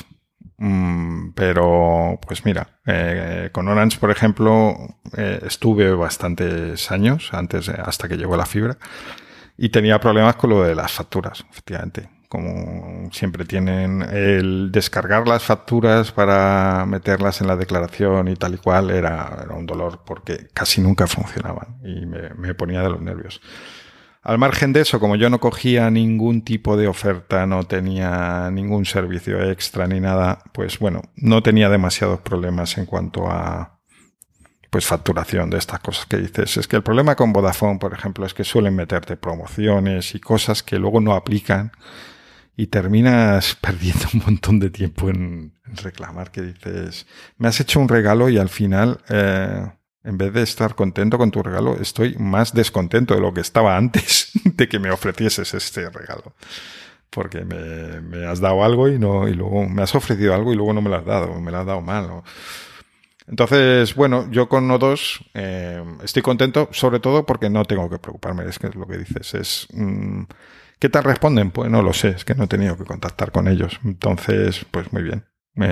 Pero, pues mira, con Orange, por ejemplo, estuve bastantes años antes, hasta que llegó la fibra, y tenía problemas con lo de las facturas, efectivamente. Como siempre tienen el descargar las facturas para meterlas en la declaración y tal y cual, era un dolor porque casi nunca funcionaban y me ponía de los nervios. Al margen de eso, como yo no cogía ningún tipo de oferta, no tenía ningún servicio extra ni nada, pues bueno, no tenía demasiados problemas en cuanto a pues facturación de estas cosas que dices. Es que el problema con Vodafone, por ejemplo, es que suelen meterte promociones y cosas que luego no aplican y terminas perdiendo un montón de tiempo en reclamar, que dices, me has hecho un regalo y al final... en vez de estar contento con tu regalo, estoy más descontento de lo que estaba antes de que me ofrecieses este regalo. Porque me has dado algo y luego me has ofrecido algo y luego no me lo has dado, me lo has dado mal. ¿No? Entonces, bueno, yo con O2 estoy contento, sobre todo porque no tengo que preocuparme, es que es lo que dices. ¿Qué tal responden? Pues no lo sé, es que no he tenido que contactar con ellos. Entonces, pues muy bien.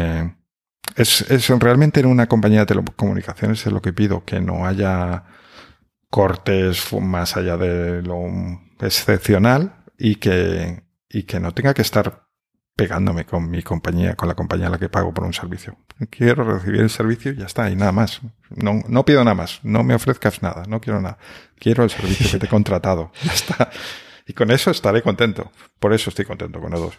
Es realmente en una compañía de telecomunicaciones es lo que pido, que no haya cortes más allá de lo excepcional y que no tenga que estar pegándome con mi compañía, con la compañía a la que pago por un servicio. Quiero recibir el servicio y ya está, y nada más. No pido nada más, no me ofrezcas nada, no quiero nada. Quiero el servicio que te he contratado, ya está. Y con eso estaré contento. Por eso estoy contento con O2.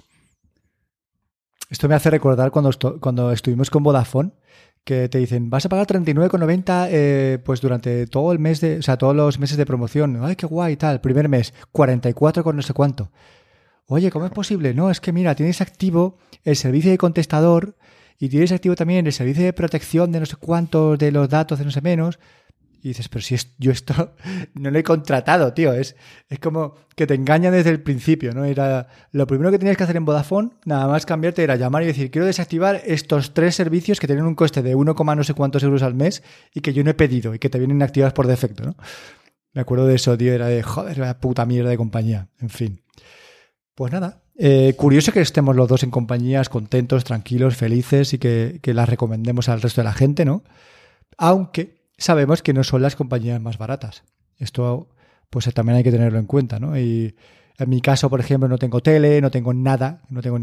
Esto me hace recordar cuando estuvimos con Vodafone, que te dicen, vas a pagar 39,90 pues durante todo el mes todos los meses de promoción. Ay, qué guay y tal. Primer mes, 44 con no sé cuánto. Oye, ¿cómo es posible? No, es que mira, tienes activo el servicio de contestador y tienes activo también el servicio de protección de no sé cuántos de los datos de no sé menos. Y dices, pero si yo esto no lo he contratado, tío. Es como que te engañan desde el principio, ¿no? Era lo primero que tenías que hacer en Vodafone, nada más cambiarte, era llamar y decir, quiero desactivar estos 3 servicios que tienen un coste de 1, no sé cuántos euros al mes y que yo no he pedido y que te vienen activados por defecto, ¿no? Me acuerdo de eso, tío. Era de, joder, la puta mierda de compañía. En fin. Pues nada. Curioso que estemos los dos en compañías contentos, tranquilos, felices y que las recomendemos al resto de la gente, ¿no? Aunque... sabemos que no son las compañías más baratas. Esto pues también hay que tenerlo en cuenta, ¿no? Y en mi caso, por ejemplo, no tengo tele, no tengo nada, no tengo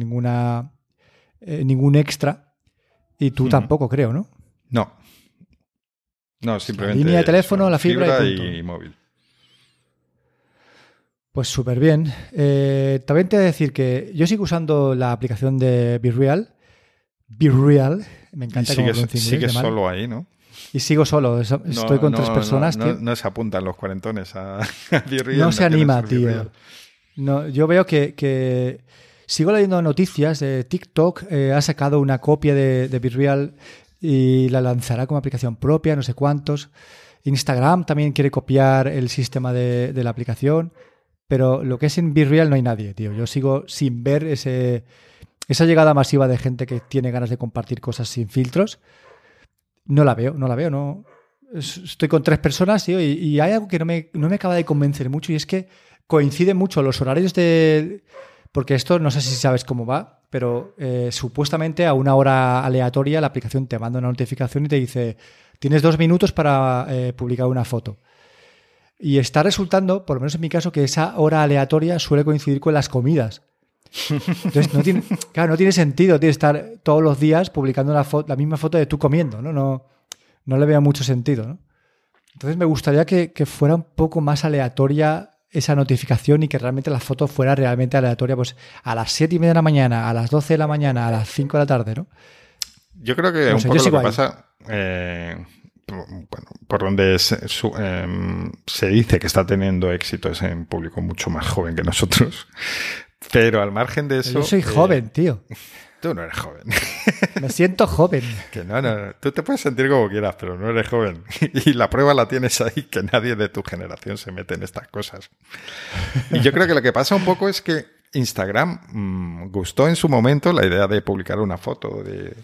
ningún extra. Y tú tampoco, creo, ¿no? No, simplemente... La línea de teléfono, la fibra y móvil. Pues súper bien. También te voy a decir que yo sigo usando la aplicación de BeReal. BeReal, me encanta cómo pronuncia inglés. Sigues solo ahí, ¿no? Y sigo solo, estoy con 3 personas, tío. No se apuntan los cuarentones a BeReal. No se anima, tío. No, yo veo que sigo leyendo noticias de TikTok, ha sacado una copia de BeReal y la lanzará como aplicación propia, no sé cuántos. Instagram también quiere copiar el sistema de la aplicación, pero lo que es en BeReal no hay nadie, tío. Yo sigo sin ver esa llegada masiva de gente que tiene ganas de compartir cosas sin filtros. No la veo. No. Estoy con 3 personas, tío, y hay algo que no me acaba de convencer mucho y es que coinciden mucho los horarios porque esto no sé si sabes cómo va, pero supuestamente a una hora aleatoria la aplicación te manda una notificación y te dice tienes 2 minutos para publicar una foto. Y está resultando, por lo menos en mi caso, que esa hora aleatoria suele coincidir con las comidas. Entonces no tiene sentido, tío, estar todos los días publicando la misma foto de tú comiendo, ¿no? No le veo mucho sentido, ¿no? Entonces me gustaría que fuera un poco más aleatoria esa notificación y que realmente la foto fuera realmente aleatoria, pues a las 7:30 de la mañana, a las 12 de la mañana, a las 5 de la tarde, ¿no? Yo creo que un poco lo que pasa, bueno, por donde se dice que está teniendo éxito es en público mucho más joven que nosotros. Pero al margen de eso... Yo soy joven, tío. Tú no eres joven. Me siento joven. Que no. Tú te puedes sentir como quieras, pero no eres joven. Y la prueba la tienes ahí, que nadie de tu generación se mete en estas cosas. Y yo creo que lo que pasa un poco es que Instagram gustó en su momento la idea de publicar una foto de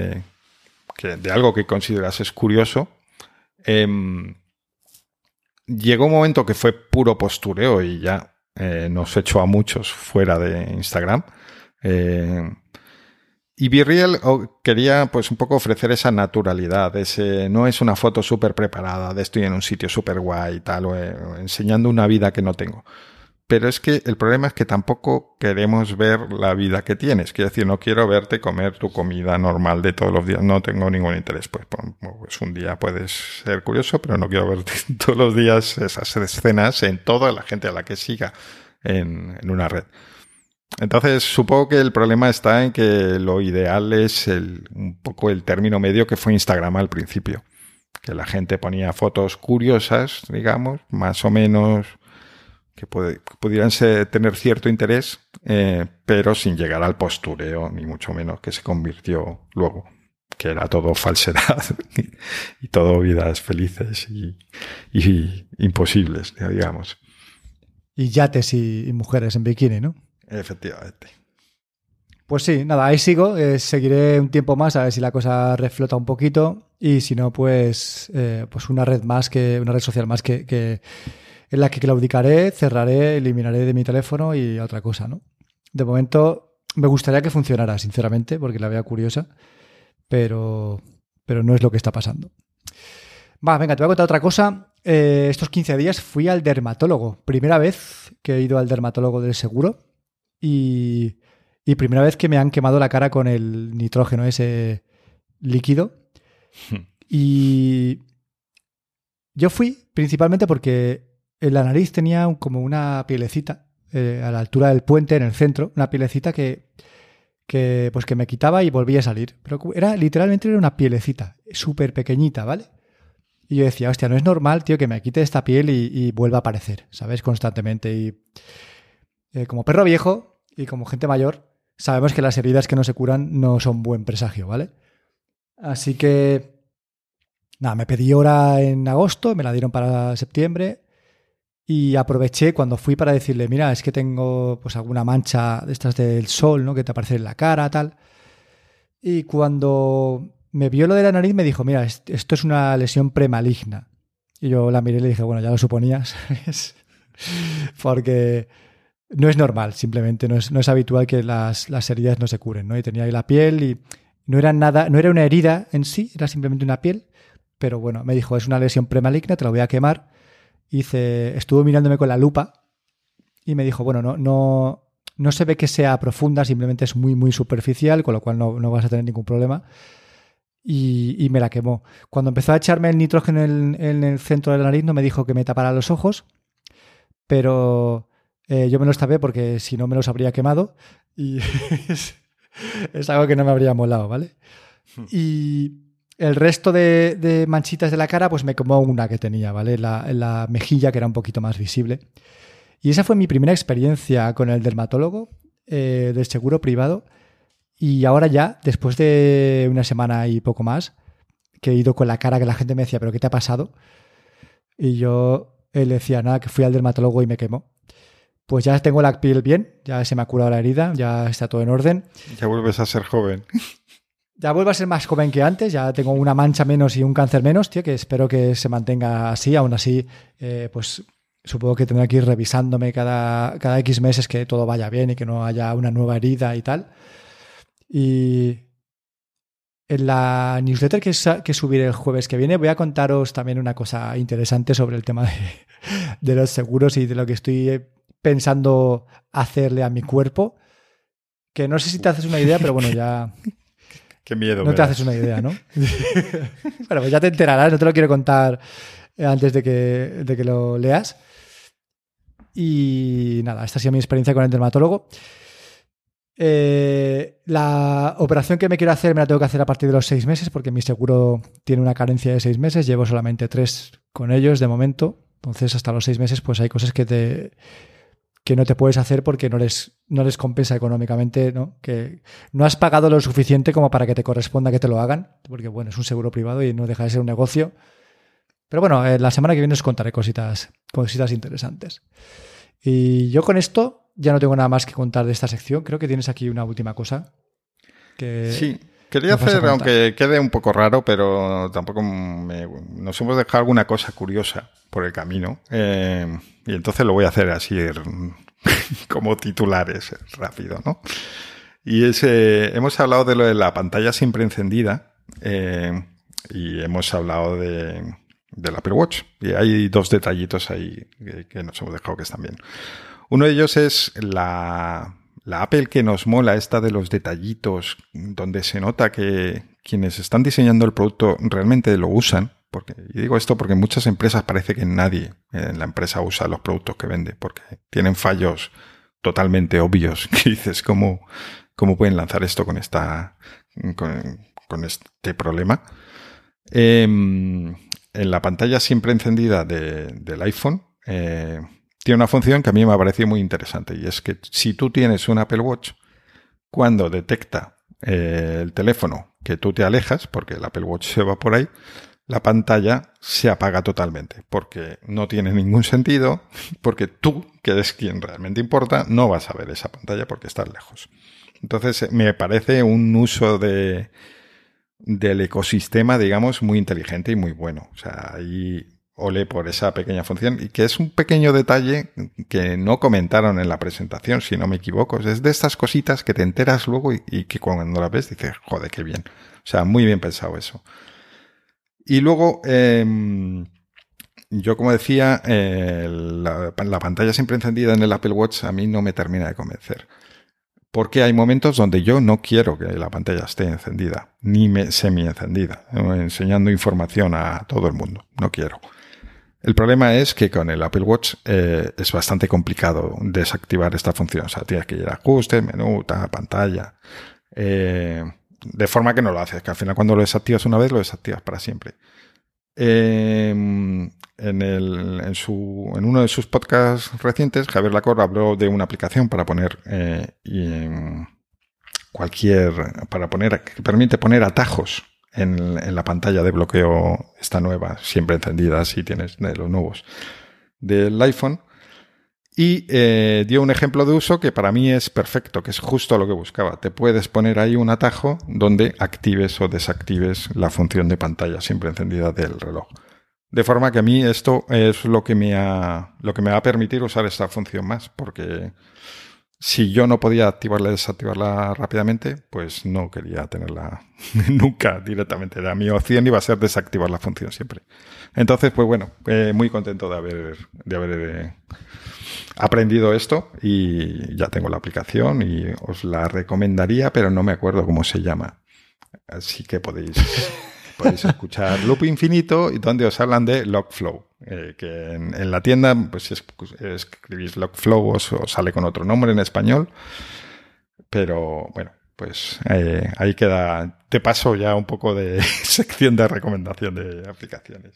algo que considerases curioso. llegó un momento que fue puro postureo y ya nos echó a muchos fuera de Instagram. Y BeReal quería pues un poco ofrecer esa naturalidad, no es una foto súper preparada de estoy en un sitio súper guay y tal, o enseñando una vida que no tengo. Pero es que el problema es que tampoco queremos ver la vida que tienes. Quiero decir, no quiero verte comer tu comida normal de todos los días. No tengo ningún interés. Pues un día puedes ser curioso, pero no quiero verte todos los días esas escenas en toda la gente a la que siga en una red. Entonces, supongo que el problema está en que lo ideal es un poco el término medio que fue Instagram al principio. Que la gente ponía fotos curiosas, digamos, más o menos que pudieran tener cierto interés, pero sin llegar al postureo, ni mucho menos, que se convirtió luego, que era todo falsedad y todo vidas felices y imposibles, digamos. Y yates y mujeres en bikini, ¿no? Efectivamente. Pues sí, nada, ahí sigo. Seguiré un tiempo más a ver si la cosa reflota un poquito y si no, pues una red social más que en la que claudicaré, cerraré, eliminaré de mi teléfono y otra cosa, ¿no? De momento me gustaría que funcionara, sinceramente, porque la veo curiosa, pero no es lo que está pasando. Venga, te voy a contar otra cosa. Estos 15 días fui al dermatólogo. Primera vez que he ido al dermatólogo del seguro y primera vez que me han quemado la cara con el nitrógeno, ese líquido. Y yo fui principalmente porque en la nariz tenía como una pielecita a la altura del puente, en el centro, una pielecita que me quitaba y volvía a salir. Pero literalmente era una pielecita, súper pequeñita, ¿vale? Y yo decía, hostia, no es normal, tío, que me quite esta piel y vuelva a aparecer, ¿sabes? Constantemente. Y como perro viejo y como gente mayor, sabemos que las heridas que no se curan no son buen presagio, ¿vale? Así que, nada, me pedí hora en agosto, me la dieron para septiembre y aproveché cuando fui para decirle, mira, es que tengo pues alguna mancha de estas del sol, ¿no? Que te aparece en la cara, tal. Y cuando me vio lo de la nariz me dijo, mira, esto es una lesión premaligna. Y yo la miré y le dije, bueno, ya lo suponías, ¿sabes? Porque no es normal, simplemente no es habitual que las heridas no se curen, ¿no? Y tenía ahí la piel y no era una herida en sí, era simplemente una piel, pero bueno, me dijo, es una lesión premaligna, te la voy a quemar. Estuvo mirándome con la lupa y me dijo, bueno, no se ve que sea profunda, simplemente es muy, muy superficial, con lo cual no vas a tener ningún problema. Y me la quemó. Cuando empezó a echarme el nitrógeno en el centro de la nariz, no me dijo que me tapara los ojos, pero yo me los tapé porque si no me los habría quemado y es algo que no me habría molado, ¿vale? Y el resto de manchitas de la cara, pues me quemó una que tenía, ¿vale? La mejilla, que era un poquito más visible. Y esa fue mi primera experiencia con el dermatólogo del seguro privado. Y ahora ya, después de una semana y poco más, que he ido con la cara que la gente me decía, ¿pero qué te ha pasado? Y yo le decía, nada, que fui al dermatólogo y me quemó. Pues ya tengo la piel bien, ya se me ha curado la herida, ya está todo en orden. Ya vuelves a ser joven. Ya vuelvo a ser más joven que antes, ya tengo una mancha menos y un cáncer menos, tío, que espero que se mantenga así. Aún así, pues supongo que tendré que ir revisándome cada X meses que todo vaya bien y que no haya una nueva herida y tal. Y en la newsletter que subiré el jueves que viene voy a contaros también una cosa interesante sobre el tema de los seguros y de lo que estoy pensando hacerle a mi cuerpo, que no sé si te haces una idea, pero bueno, ya... Qué miedo. No te haces una idea, ¿no? Bueno, pues ya te enterarás, no te lo quiero contar antes de que lo leas. Y nada, esta ha sido mi experiencia con el dermatólogo. La operación que me quiero hacer me la tengo que hacer a partir de los 6 meses porque mi seguro tiene una carencia de 6 meses. Llevo solamente 3 con ellos de momento. Entonces, hasta los 6 meses pues hay cosas que no te puedes hacer porque no les compensa económicamente, ¿no? Que no has pagado lo suficiente como para que te corresponda que te lo hagan, porque bueno, es un seguro privado y no deja de ser un negocio. Pero bueno, la semana que viene os contaré cositas interesantes. Y yo con esto ya no tengo nada más que contar de esta sección. Creo que tienes aquí una última cosa. Sí, Quería hacer, aunque quede un poco raro, pero tampoco nos hemos dejado alguna cosa curiosa por el camino. Y entonces lo voy a hacer así como titulares, rápido, ¿no? Y hemos hablado de lo de la pantalla siempre encendida y hemos hablado del Apple Watch. Y hay dos detallitos ahí que nos hemos dejado que están bien. Uno de ellos es la Apple que nos mola, esta de los detallitos, donde se nota que quienes están diseñando el producto realmente lo usan. Y digo esto porque en muchas empresas parece que nadie en la empresa usa los productos que vende, porque tienen fallos totalmente obvios que dices, ¿cómo pueden lanzar esto con este problema? En la pantalla siempre encendida del iPhone, tiene una función que a mí me ha parecido muy interesante, y es que si tú tienes un Apple Watch, cuando detecta el teléfono que tú te alejas, porque el Apple Watch se va por ahí, la pantalla se apaga totalmente, porque no tiene ningún sentido, porque tú, que eres quien realmente importa, no vas a ver esa pantalla porque estás lejos. Entonces, me parece un uso del ecosistema, digamos, muy inteligente y muy bueno. O sea, ahí ole por esa pequeña función, y que es un pequeño detalle que no comentaron en la presentación, si no me equivoco. Es de estas cositas que te enteras luego y que cuando la ves dices, joder, qué bien. O sea, muy bien pensado eso. Y luego, yo como decía, la pantalla siempre encendida en el Apple Watch a mí no me termina de convencer. Porque hay momentos donde yo no quiero que la pantalla esté encendida, ni semi-encendida, enseñando información a todo el mundo. No quiero. El problema es que con el Apple Watch es bastante complicado desactivar esta función. O sea, tienes que ir a ajustes, menú, pantalla. De forma que no lo haces, que al final cuando lo desactivas una vez, lo desactivas para siempre. En uno de sus podcasts recientes, Javier Lacor habló de una aplicación para poner que permite poner atajos en la pantalla de bloqueo, esta nueva, siempre encendida, si tienes de los nuevos del iPhone. Y dio un ejemplo de uso que para mí es perfecto, que es justo lo que buscaba. Te puedes poner ahí un atajo donde actives o desactives la función de pantalla siempre encendida del reloj. De forma que a mí esto es lo que me va a permitir usar esta función más, porque si yo no podía activarla y desactivarla rápidamente, pues no quería tenerla nunca directamente. Era mi opción, iba a ser desactivar la función siempre. Entonces, pues bueno, muy contento de haber aprendido esto, y ya tengo la aplicación y os la recomendaría, pero no me acuerdo cómo se llama. Así que podéis escuchar Loop Infinito, y donde os hablan de Logflow, que en la tienda, pues si escribís Logflow os sale con otro nombre en español, pero bueno, pues ahí queda. Te paso ya un poco de sección de recomendación de aplicaciones.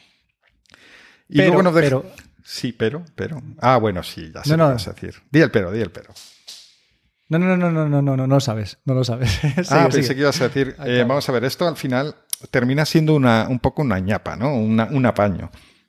Y luego nos deja... Sí, pero. Ah, bueno, sí, ya sé lo que vas a decir. Di el pero. No lo sabes. Pensé que ibas a decir, vamos a ver, esto al final termina siendo un poco una ñapa, ¿no? Un apaño.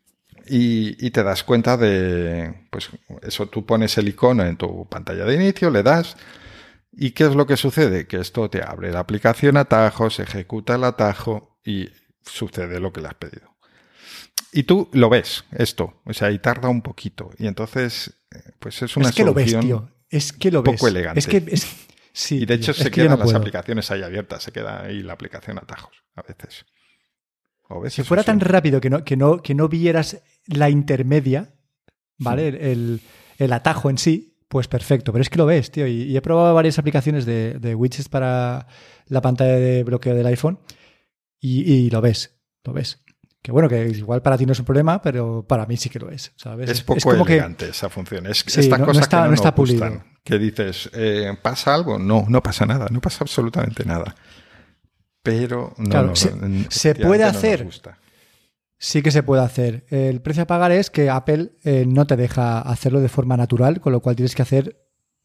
Y te das cuenta de, pues eso, tú pones el icono en tu pantalla de inicio, le das, ¿y qué es lo que sucede? Que esto te abre la aplicación atajos, ejecuta el atajo y sucede lo que le has pedido. Y tú lo ves, esto, o sea, y tarda un poquito. Y entonces, pues es una solución. Lo ves, tío. Es que lo ves. Poco elegante. Sí, y de hecho se quedan las aplicaciones ahí abiertas, se queda ahí la aplicación atajos a veces. Si fuera tan rápido que no vieras la intermedia, ¿vale? El atajo en sí, pues perfecto. Pero es que lo ves, tío. Y he probado varias aplicaciones de widgets para la pantalla de bloqueo del iPhone y lo ves. Que bueno, que igual para ti no es un problema, pero para mí sí que lo es, ¿sabes? Es poco elegante esa función. Es estas cosas que no está pulido. Que dices, ¿pasa algo? No pasa nada. No pasa absolutamente nada. Pero se puede hacer. Sí que se puede hacer. El precio a pagar es que Apple no te deja hacerlo de forma natural, con lo cual tienes que hacer,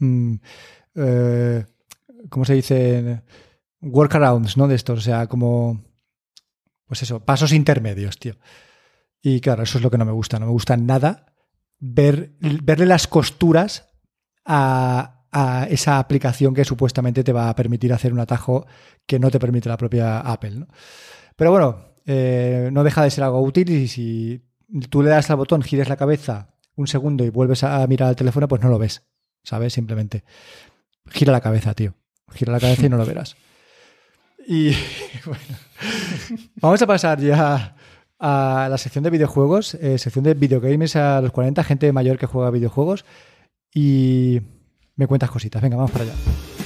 ¿cómo se dice? Workarounds, ¿no? De estos, o sea, como... Pues eso, pasos intermedios, tío. Y claro, eso es lo que no me gusta. No me gusta nada verle las costuras a a esa aplicación que supuestamente te va a permitir hacer un atajo que no te permite la propia Apple, ¿no? Pero bueno, no deja de ser algo útil y si tú le das al botón, giras la cabeza un segundo y vuelves a mirar el teléfono, pues no lo ves, ¿sabes? Simplemente gira la cabeza, tío. Gira la cabeza y no lo verás. Y bueno, vamos a pasar ya a la sección de videojuegos, sección de videogames a los 40, gente mayor que juega videojuegos y me cuentas cositas. Venga, vamos para allá.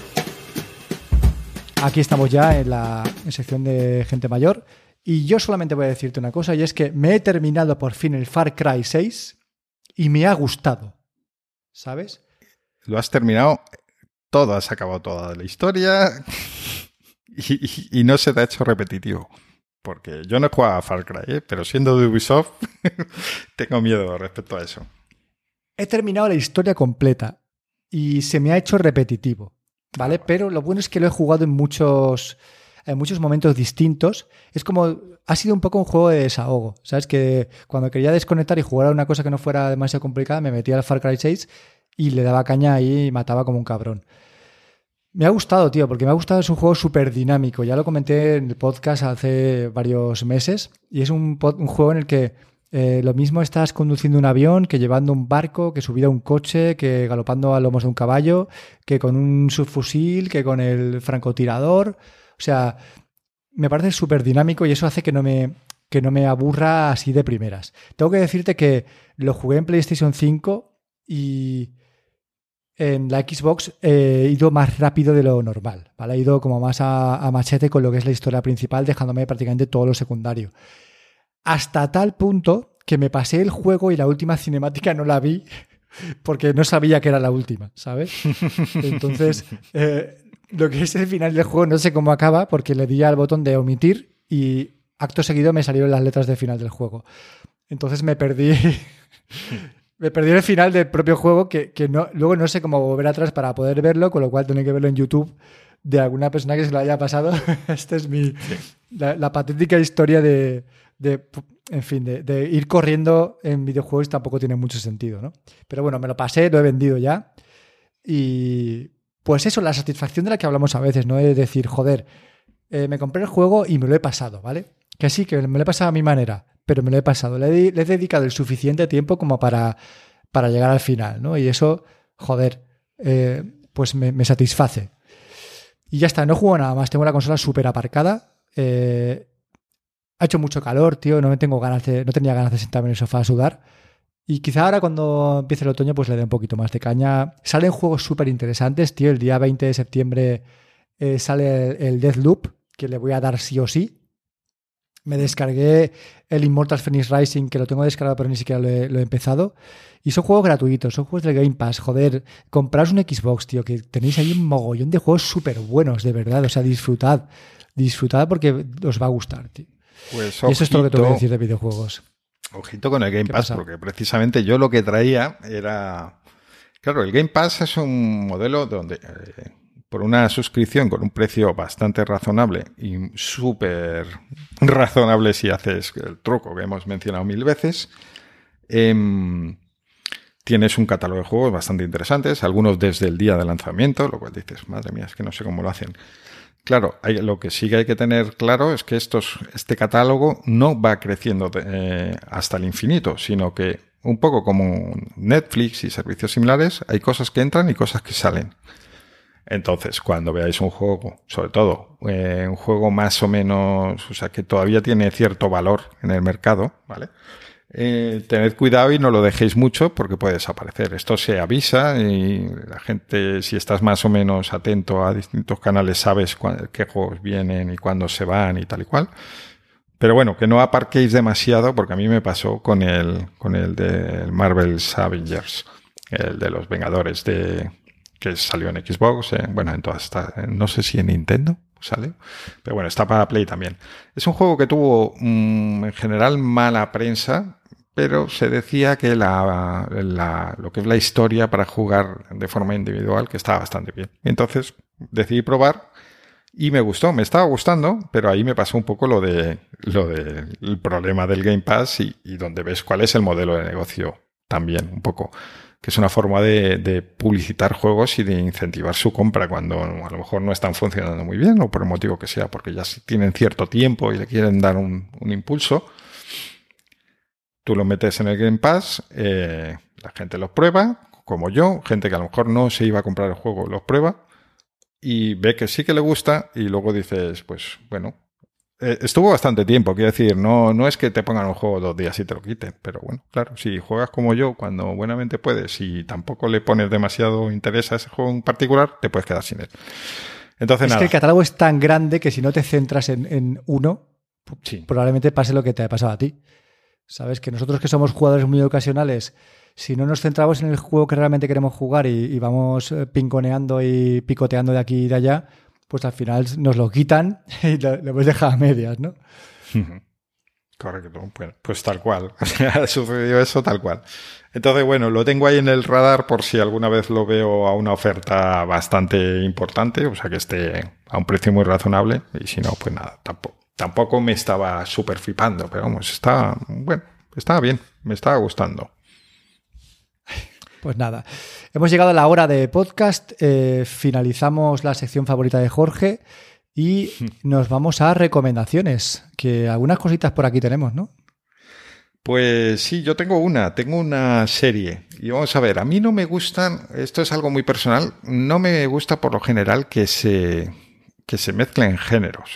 Aquí estamos ya en sección de gente mayor y yo solamente voy a decirte una cosa y es que me he terminado por fin el Far Cry 6 y me ha gustado, ¿sabes? Lo has terminado todo, has acabado toda la historia y no se te ha hecho repetitivo. Porque yo no he jugado a Far Cry, pero siendo de Ubisoft tengo miedo respecto a eso. He terminado la historia completa y se me ha hecho repetitivo, ¿vale? Pero lo bueno es que lo he jugado en muchos momentos distintos. Es como, ha sido un poco un juego de desahogo, ¿sabes? Que cuando quería desconectar y jugar a una cosa que no fuera demasiado complicada, me metía al Far Cry 6 y le daba caña ahí y mataba como un cabrón. Me ha gustado, tío, porque me ha gustado, es un juego súper dinámico. Ya lo comenté en el podcast hace varios meses y es un juego en el que lo mismo estás conduciendo un avión que llevando un barco, que subido a un coche, que galopando a lomos de un caballo, que con un subfusil, que con el francotirador. O sea, me parece súper dinámico y eso hace que no me aburra así de primeras. Tengo que decirte que lo jugué en PlayStation 5 y en la Xbox he ido más rápido de lo normal, ¿vale? He ido como más a machete con lo que es la historia principal, dejándome prácticamente todo lo secundario. Hasta tal punto que me pasé el juego y la última cinemática no la vi porque no sabía que era la última, ¿sabes? Entonces, lo que es el final del juego no sé cómo acaba porque le di al botón de omitir y acto seguido me salieron las letras del final del juego. Entonces me perdí... Me perdí el final del propio juego que no, luego no sé cómo volver atrás para poder verlo, con lo cual tengo que verlo en YouTube de alguna persona que se lo haya pasado. Esta es la patética historia de ir corriendo en videojuegos tampoco tiene mucho sentido, ¿no? Pero bueno, me lo pasé, lo he vendido ya y pues eso, la satisfacción de la que hablamos a veces, ¿no? Es decir, joder, me compré el juego y me lo he pasado, ¿vale? Que sí, que me lo he pasado a mi manera, pero me lo he pasado. Le he dedicado el suficiente tiempo como para llegar al final, ¿no? Y eso, joder, pues me satisface. Y ya está, no juego nada más. Tengo la consola súper aparcada. Ha hecho mucho calor, tío. No tenía ganas de sentarme en el sofá a sudar. Y quizá ahora cuando empiece el otoño pues le dé un poquito más de caña. Salen juegos súper interesantes, tío. El día 20 de septiembre sale el Deathloop, que le voy a dar sí o sí. Me descargué el Immortals Phoenix Rising, que lo tengo descargado pero ni siquiera lo he empezado. Y son juegos gratuitos, son juegos del Game Pass. Joder, compraos un Xbox, tío, que tenéis ahí un mogollón de juegos súper buenos, de verdad. O sea, disfrutad porque os va a gustar, tío. Pues y eso es todo lo que tengo que decir de videojuegos. Ojito con el Game Pass, porque precisamente yo lo que traía era... Claro, el Game Pass es un modelo donde... por una suscripción con un precio bastante razonable y súper razonable si haces el truco que hemos mencionado 1000 veces, tienes un catálogo de juegos bastante interesantes, algunos desde el día de lanzamiento, lo cual dices, madre mía, es que no sé cómo lo hacen. Claro, lo que sí que hay que tener claro es que este catálogo no va creciendo hasta el infinito, sino que un poco como Netflix y servicios similares, hay cosas que entran y cosas que salen. Entonces, cuando veáis un juego, sobre todo un juego más o menos, o sea, que todavía tiene cierto valor en el mercado, ¿vale? Tened cuidado y no lo dejéis mucho porque puede desaparecer. Esto se avisa y la gente, si estás más o menos atento a distintos canales, sabes qué juegos vienen y cuándo se van y tal y cual. Pero bueno, que no aparquéis demasiado porque a mí me pasó con el de Marvel's Avengers, el de los Vengadores que salió en Xbox, en todas estas, no sé si en Nintendo sale, pero bueno, está para Play también. Es un juego que tuvo en general mala prensa, pero se decía que lo que es la historia para jugar de forma individual, que estaba bastante bien. Entonces decidí probar y me gustó, me estaba gustando, pero ahí me pasó un poco el problema del Game Pass y donde ves cuál es el modelo de negocio también un poco, que es una forma de publicitar juegos y de incentivar su compra cuando a lo mejor no están funcionando muy bien o por el motivo que sea, porque ya tienen cierto tiempo y le quieren dar un impulso. Tú lo metes en el Game Pass, la gente los prueba, como yo, gente que a lo mejor no se iba a comprar el juego, los prueba y ve que sí que le gusta y luego dices, pues bueno, estuvo bastante tiempo, quiero decir, no es que te pongan un juego 2 días y te lo quiten, pero bueno, claro, si juegas como yo, cuando buenamente puedes y tampoco le pones demasiado interés a ese juego en particular, te puedes quedar sin él. Entonces, es que el catálogo es tan grande que si no te centras en uno, sí, probablemente pase lo que te ha pasado a ti. Sabes que nosotros que somos jugadores muy ocasionales, si no nos centramos en el juego que realmente queremos jugar y vamos pinconeando y picoteando de aquí y de allá, pues al final nos lo quitan y lo hemos dejado a medias, ¿no? Correcto, pues tal cual. Ha sucedido eso tal cual. Entonces, bueno, lo tengo ahí en el radar por si alguna vez lo veo a una oferta bastante importante, o sea que esté a un precio muy razonable, y si no, pues nada, tampoco me estaba súper flipando, pero vamos, estaba bien, me estaba gustando. Pues nada, hemos llegado a la hora de podcast, finalizamos la sección favorita de Jorge y nos vamos a recomendaciones, que algunas cositas por aquí tenemos, ¿no? Pues sí, yo tengo una serie y vamos a ver, a mí no me gustan, esto es algo muy personal, no me gusta por lo general que se mezclen géneros.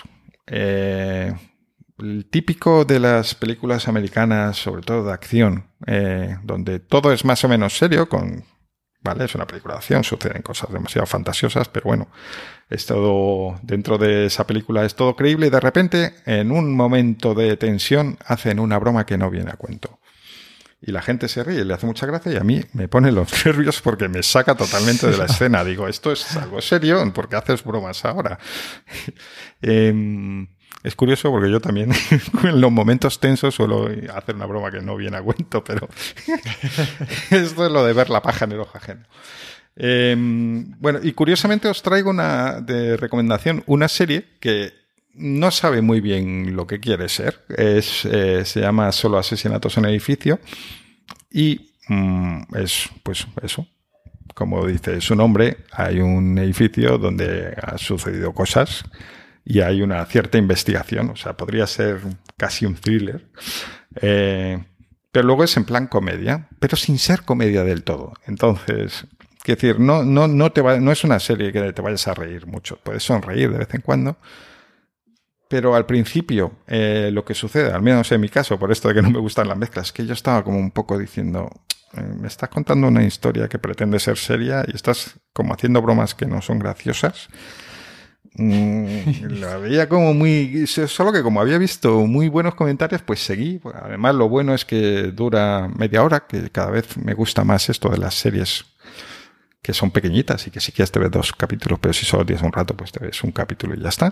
El típico de las películas americanas, sobre todo de acción, donde todo es más o menos serio, ¿vale? Es una película de acción, suceden cosas demasiado fantasiosas, pero bueno, es todo, dentro de esa película es todo creíble y de repente, en un momento de tensión, hacen una broma que no viene a cuento. Y la gente se ríe, le hace mucha gracia y a mí me pone los nervios porque me saca totalmente de la escena. Digo, esto es algo serio, ¿por qué haces bromas ahora? Es curioso porque yo también en los momentos tensos suelo hacer una broma que no viene a cuento, pero esto es lo de ver la paja en el ojo ajeno. Bueno, y curiosamente os traigo de recomendación una serie que no sabe muy bien lo que quiere ser. Se llama Solo asesinatos en edificio y es pues eso. Como dice su nombre, hay un edificio donde ha sucedido cosas y hay una cierta investigación. O sea, podría ser casi un thriller. Pero luego es en plan comedia, pero sin ser comedia del todo. Entonces, quiero decir, no es una serie que te vayas a reír mucho. Puedes sonreír de vez en cuando. Pero al principio, lo que sucede, al menos en mi caso, por esto de que no me gustan las mezclas, es que yo estaba como un poco diciendo, me estás contando una historia que pretende ser seria y estás como haciendo bromas que no son graciosas. La veía como muy... Solo que como había visto muy buenos comentarios, pues seguí. Además, lo bueno es que dura media hora, que cada vez me gusta más esto de las series que son pequeñitas y que si quieres te ves 2 capítulos, pero si solo tienes un rato, pues te ves un capítulo y ya está.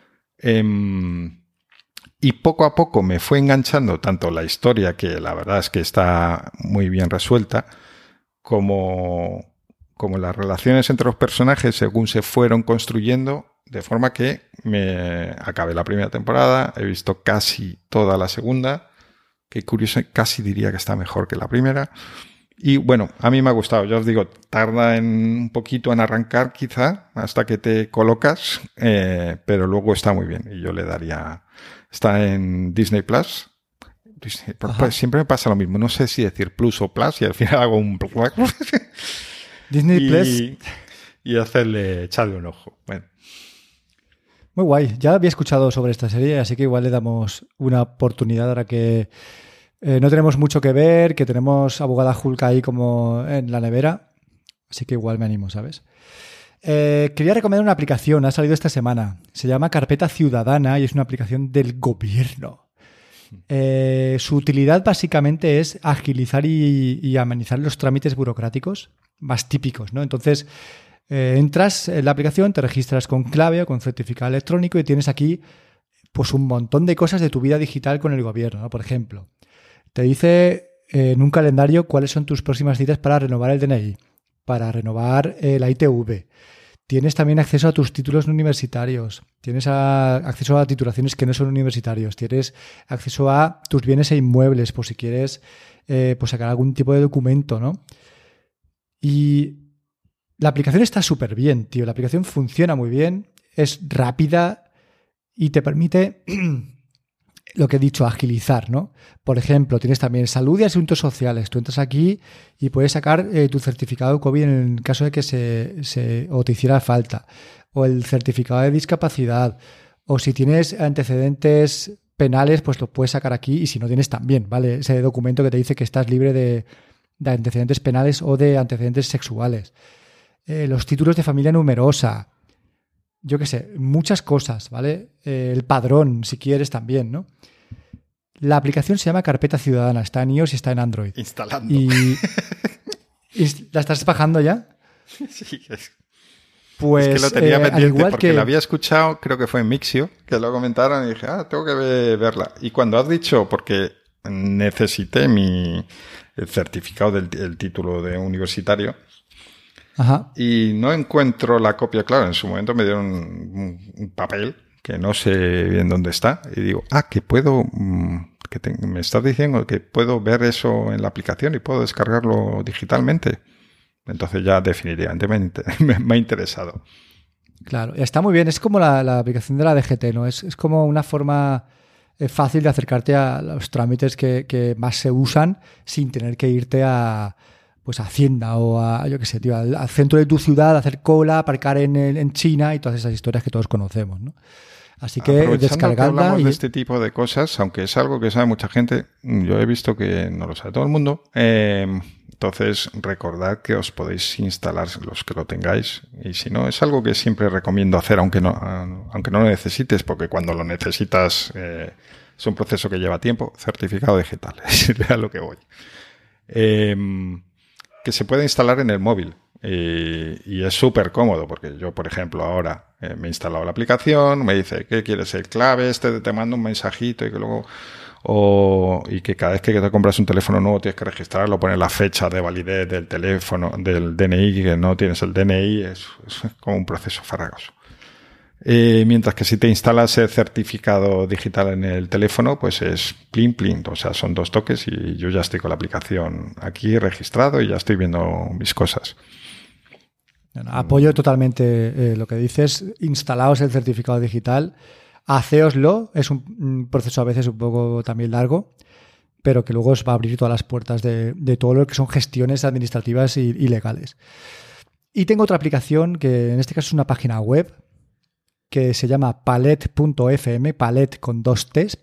Y poco a poco me fue enganchando tanto la historia, que la verdad es que está muy bien resuelta, como las relaciones entre los personajes según se fueron construyendo, de forma que me acabé la primera temporada, he visto casi toda la segunda, que curioso, casi diría que está mejor que la primera. Y bueno, a mí me ha gustado, ya os digo, tarda un poquito en arrancar quizá, hasta que te colocas, pero luego está muy bien y yo le daría... Está en Disney Plus. Siempre me pasa lo mismo, no sé si decir Plus o Plus y al final hago un... Disney Plus. Y echarle un ojo. Bueno. Muy guay, ya había escuchado sobre esta serie, así que igual le damos una oportunidad ahora que... no tenemos mucho que ver, que tenemos Abogada Hulk ahí como en la nevera. Así que igual me animo, ¿sabes? Quería recomendar una aplicación, ha salido esta semana. Se llama Carpeta Ciudadana y es una aplicación del gobierno. Su utilidad básicamente es agilizar y amenizar los trámites burocráticos más típicos, ¿no? Entonces, entras en la aplicación, te registras con clave o con certificado electrónico y tienes aquí pues un montón de cosas de tu vida digital con el gobierno, ¿no? Por ejemplo, te dice en un calendario cuáles son tus próximas citas para renovar el DNI, para renovar la ITV. tienes también acceso a tus títulos no universitarios, tienes acceso a titulaciones que no son universitarios, tienes acceso a tus bienes e inmuebles por si quieres pues sacar algún tipo de documento, ¿no? Y la aplicación está súper bien, tío. La aplicación funciona muy bien, es rápida y te permite lo que he dicho, agilizar, ¿no? Por ejemplo, tienes también salud y asuntos sociales. Tú entras aquí y puedes sacar tu certificado COVID en el caso de que o te hiciera falta. O el certificado de discapacidad. O si tienes antecedentes penales, pues lo puedes sacar aquí. Y si no tienes también, ¿vale? Ese documento que te dice que estás libre de antecedentes penales o de antecedentes sexuales. Los títulos de familia numerosa. Yo qué sé, muchas cosas, ¿vale? El padrón, si quieres, también, ¿no? La aplicación se llama Carpeta Ciudadana, está en iOS y está en Android. Instalando. ¿Y la estás bajando ya? Sí, pues es que lo tenía pendiente igual porque la había escuchado, creo que fue en Mixio, que lo comentaron y dije, tengo que verla. Y cuando has dicho, porque necesité el certificado del título de universitario, ajá, y no encuentro la copia. Claro, en su momento me dieron un papel que no sé bien dónde está y digo, que puedo, me estás diciendo que puedo ver eso en la aplicación y puedo descargarlo digitalmente. Entonces ya definitivamente me ha interesado. Claro, está muy bien, es como la aplicación de la DGT, ¿no? Es como una forma fácil de acercarte a los trámites que más se usan sin tener que irte a Hacienda o yo qué sé, tío, al centro de tu ciudad, hacer cola, aparcar en China y todas esas historias que todos conocemos, ¿no? Así que descargadla. Que hablamos de este tipo de cosas, aunque es algo que sabe mucha gente, yo he visto que no lo sabe todo el mundo. Entonces, recordad que os podéis instalar los que lo tengáis. Y si no, es algo que siempre recomiendo hacer, aunque no lo necesites, porque cuando lo necesitas es un proceso que lleva tiempo. Certificado digital, es a lo que voy. Que se puede instalar en el móvil y es súper cómodo porque yo, por ejemplo, ahora me he instalado la aplicación, me dice, ¿qué quieres? El clave te mando un mensajito y que luego y que cada vez que te compras un teléfono nuevo tienes que registrarlo, poner la fecha de validez del teléfono, del DNI, que no tienes el DNI, es como un proceso farragoso. Mientras que si te instalas el certificado digital en el teléfono, pues es plin plin, o sea, son 2 toques y yo ya estoy con la aplicación aquí registrado y ya estoy viendo mis cosas. Apoyo totalmente lo que dices. Instalaos el certificado digital, haceoslo, es un proceso a veces un poco también largo, pero que luego os va a abrir todas las puertas de todo lo que son gestiones administrativas y legales. Y tengo otra aplicación que en este caso es una página web que se llama Palette.fm, Palette con 2 T's,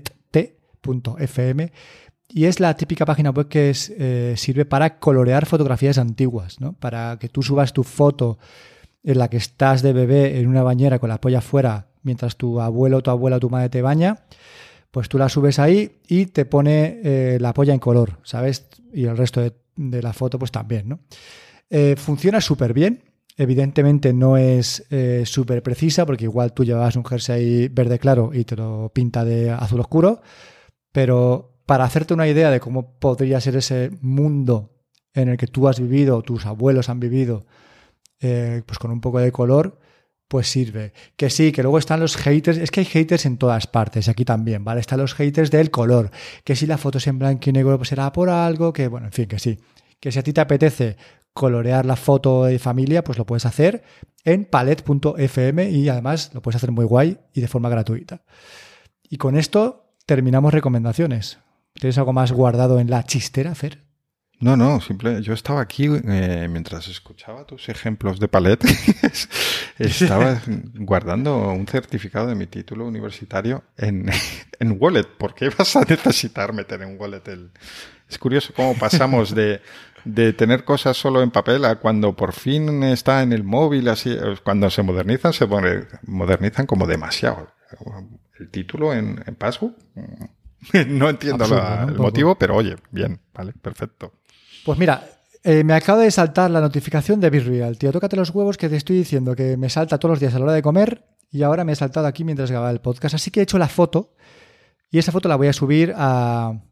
palette.fm, y es la típica página web que sirve para colorear fotografías antiguas, ¿no? Para que tú subas tu foto en la que estás de bebé en una bañera con la polla afuera mientras tu abuelo, tu abuela o tu madre te baña, pues tú la subes ahí y te pone la polla en color, ¿sabes? Y el resto de la foto pues también, ¿no? Funciona súper bien. Evidentemente no es súper precisa porque igual tú llevabas un jersey verde claro y te lo pinta de azul oscuro, pero para hacerte una idea de cómo podría ser ese mundo en el que tú has vivido o tus abuelos han vivido, pues con un poco de color, pues sirve. Que sí, que luego están los haters, es que hay haters en todas partes, aquí también, ¿vale? Están los haters del color, que si la foto es en blanco y negro pues será por algo, que bueno, en fin, que sí. Que si a ti te apetece colorear la foto de familia, pues lo puedes hacer en palette.fm y además lo puedes hacer muy guay y de forma gratuita. Y con esto terminamos recomendaciones. ¿Tienes algo más guardado en la chistera, Fer? No, yo estaba aquí mientras escuchaba tus ejemplos de Palette, estaba guardando un certificado de mi título universitario en Wallet. ¿Por qué vas a necesitar meter en Wallet Es curioso cómo pasamos de tener cosas solo en papel a cuando por fin está en el móvil, así, cuando se modernizan como demasiado. El título en Passbook, no entiendo absurdo, el motivo, pero oye, bien, vale, perfecto. Pues mira, me acaba de saltar la notificación de BeReal, tío. Tócate los huevos que te estoy diciendo que me salta todos los días a la hora de comer y ahora me he saltado aquí mientras grababa el podcast. Así que he hecho la foto y esa foto la voy a subir a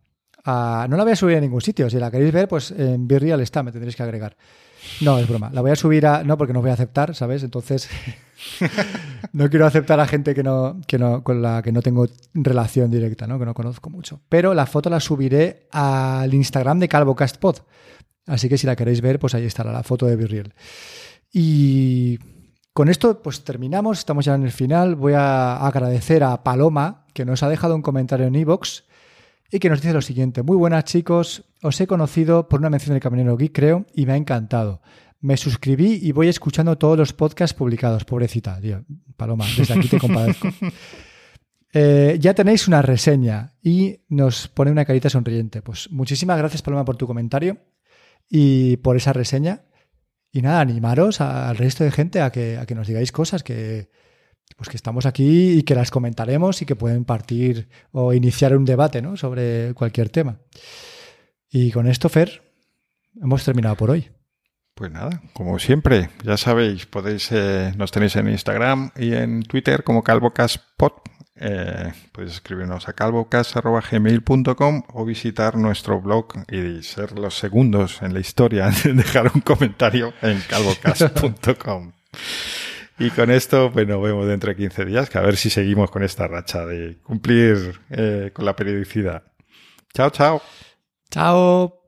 No la voy a subir a ningún sitio. Si la queréis ver, pues en BeReal está, me tendréis que agregar. No, es broma. La voy a subir no, porque no os voy a aceptar, ¿sabes? Entonces, no quiero aceptar a gente con la que no tengo relación directa, ¿no? Que no conozco mucho. Pero la foto la subiré al Instagram de CalvoCastPod. Así que si la queréis ver, pues ahí estará la foto de BeReal. Y con esto, pues terminamos. Estamos ya en el final. Voy a agradecer a Paloma, que nos ha dejado un comentario en iVoox y que nos dice lo siguiente. Muy buenas, chicos. Os he conocido por una mención del Camionero Geek, creo, y me ha encantado. Me suscribí y voy escuchando todos los podcasts publicados. Pobrecita, tío. Paloma, desde aquí te compadezco. Ya tenéis una reseña y nos pone una carita sonriente. Pues muchísimas gracias, Paloma, por tu comentario y por esa reseña. Y nada, animaros al resto de gente a que nos digáis cosas que estamos aquí y que las comentaremos y que pueden partir o iniciar un debate, ¿no? Sobre cualquier tema. Y con esto, Fer, hemos terminado por hoy. Pues nada, como siempre, ya sabéis, nos tenéis en Instagram y en Twitter como CalvoCastPod. Podéis escribirnos a calvocast@gmail.com o visitar nuestro blog y ser los segundos en la historia de dejar un comentario en calvocast.com. Y con esto, pues nos vemos dentro de 15 días, que a ver si seguimos con esta racha de cumplir con la periodicidad. Chao, chao. Chao.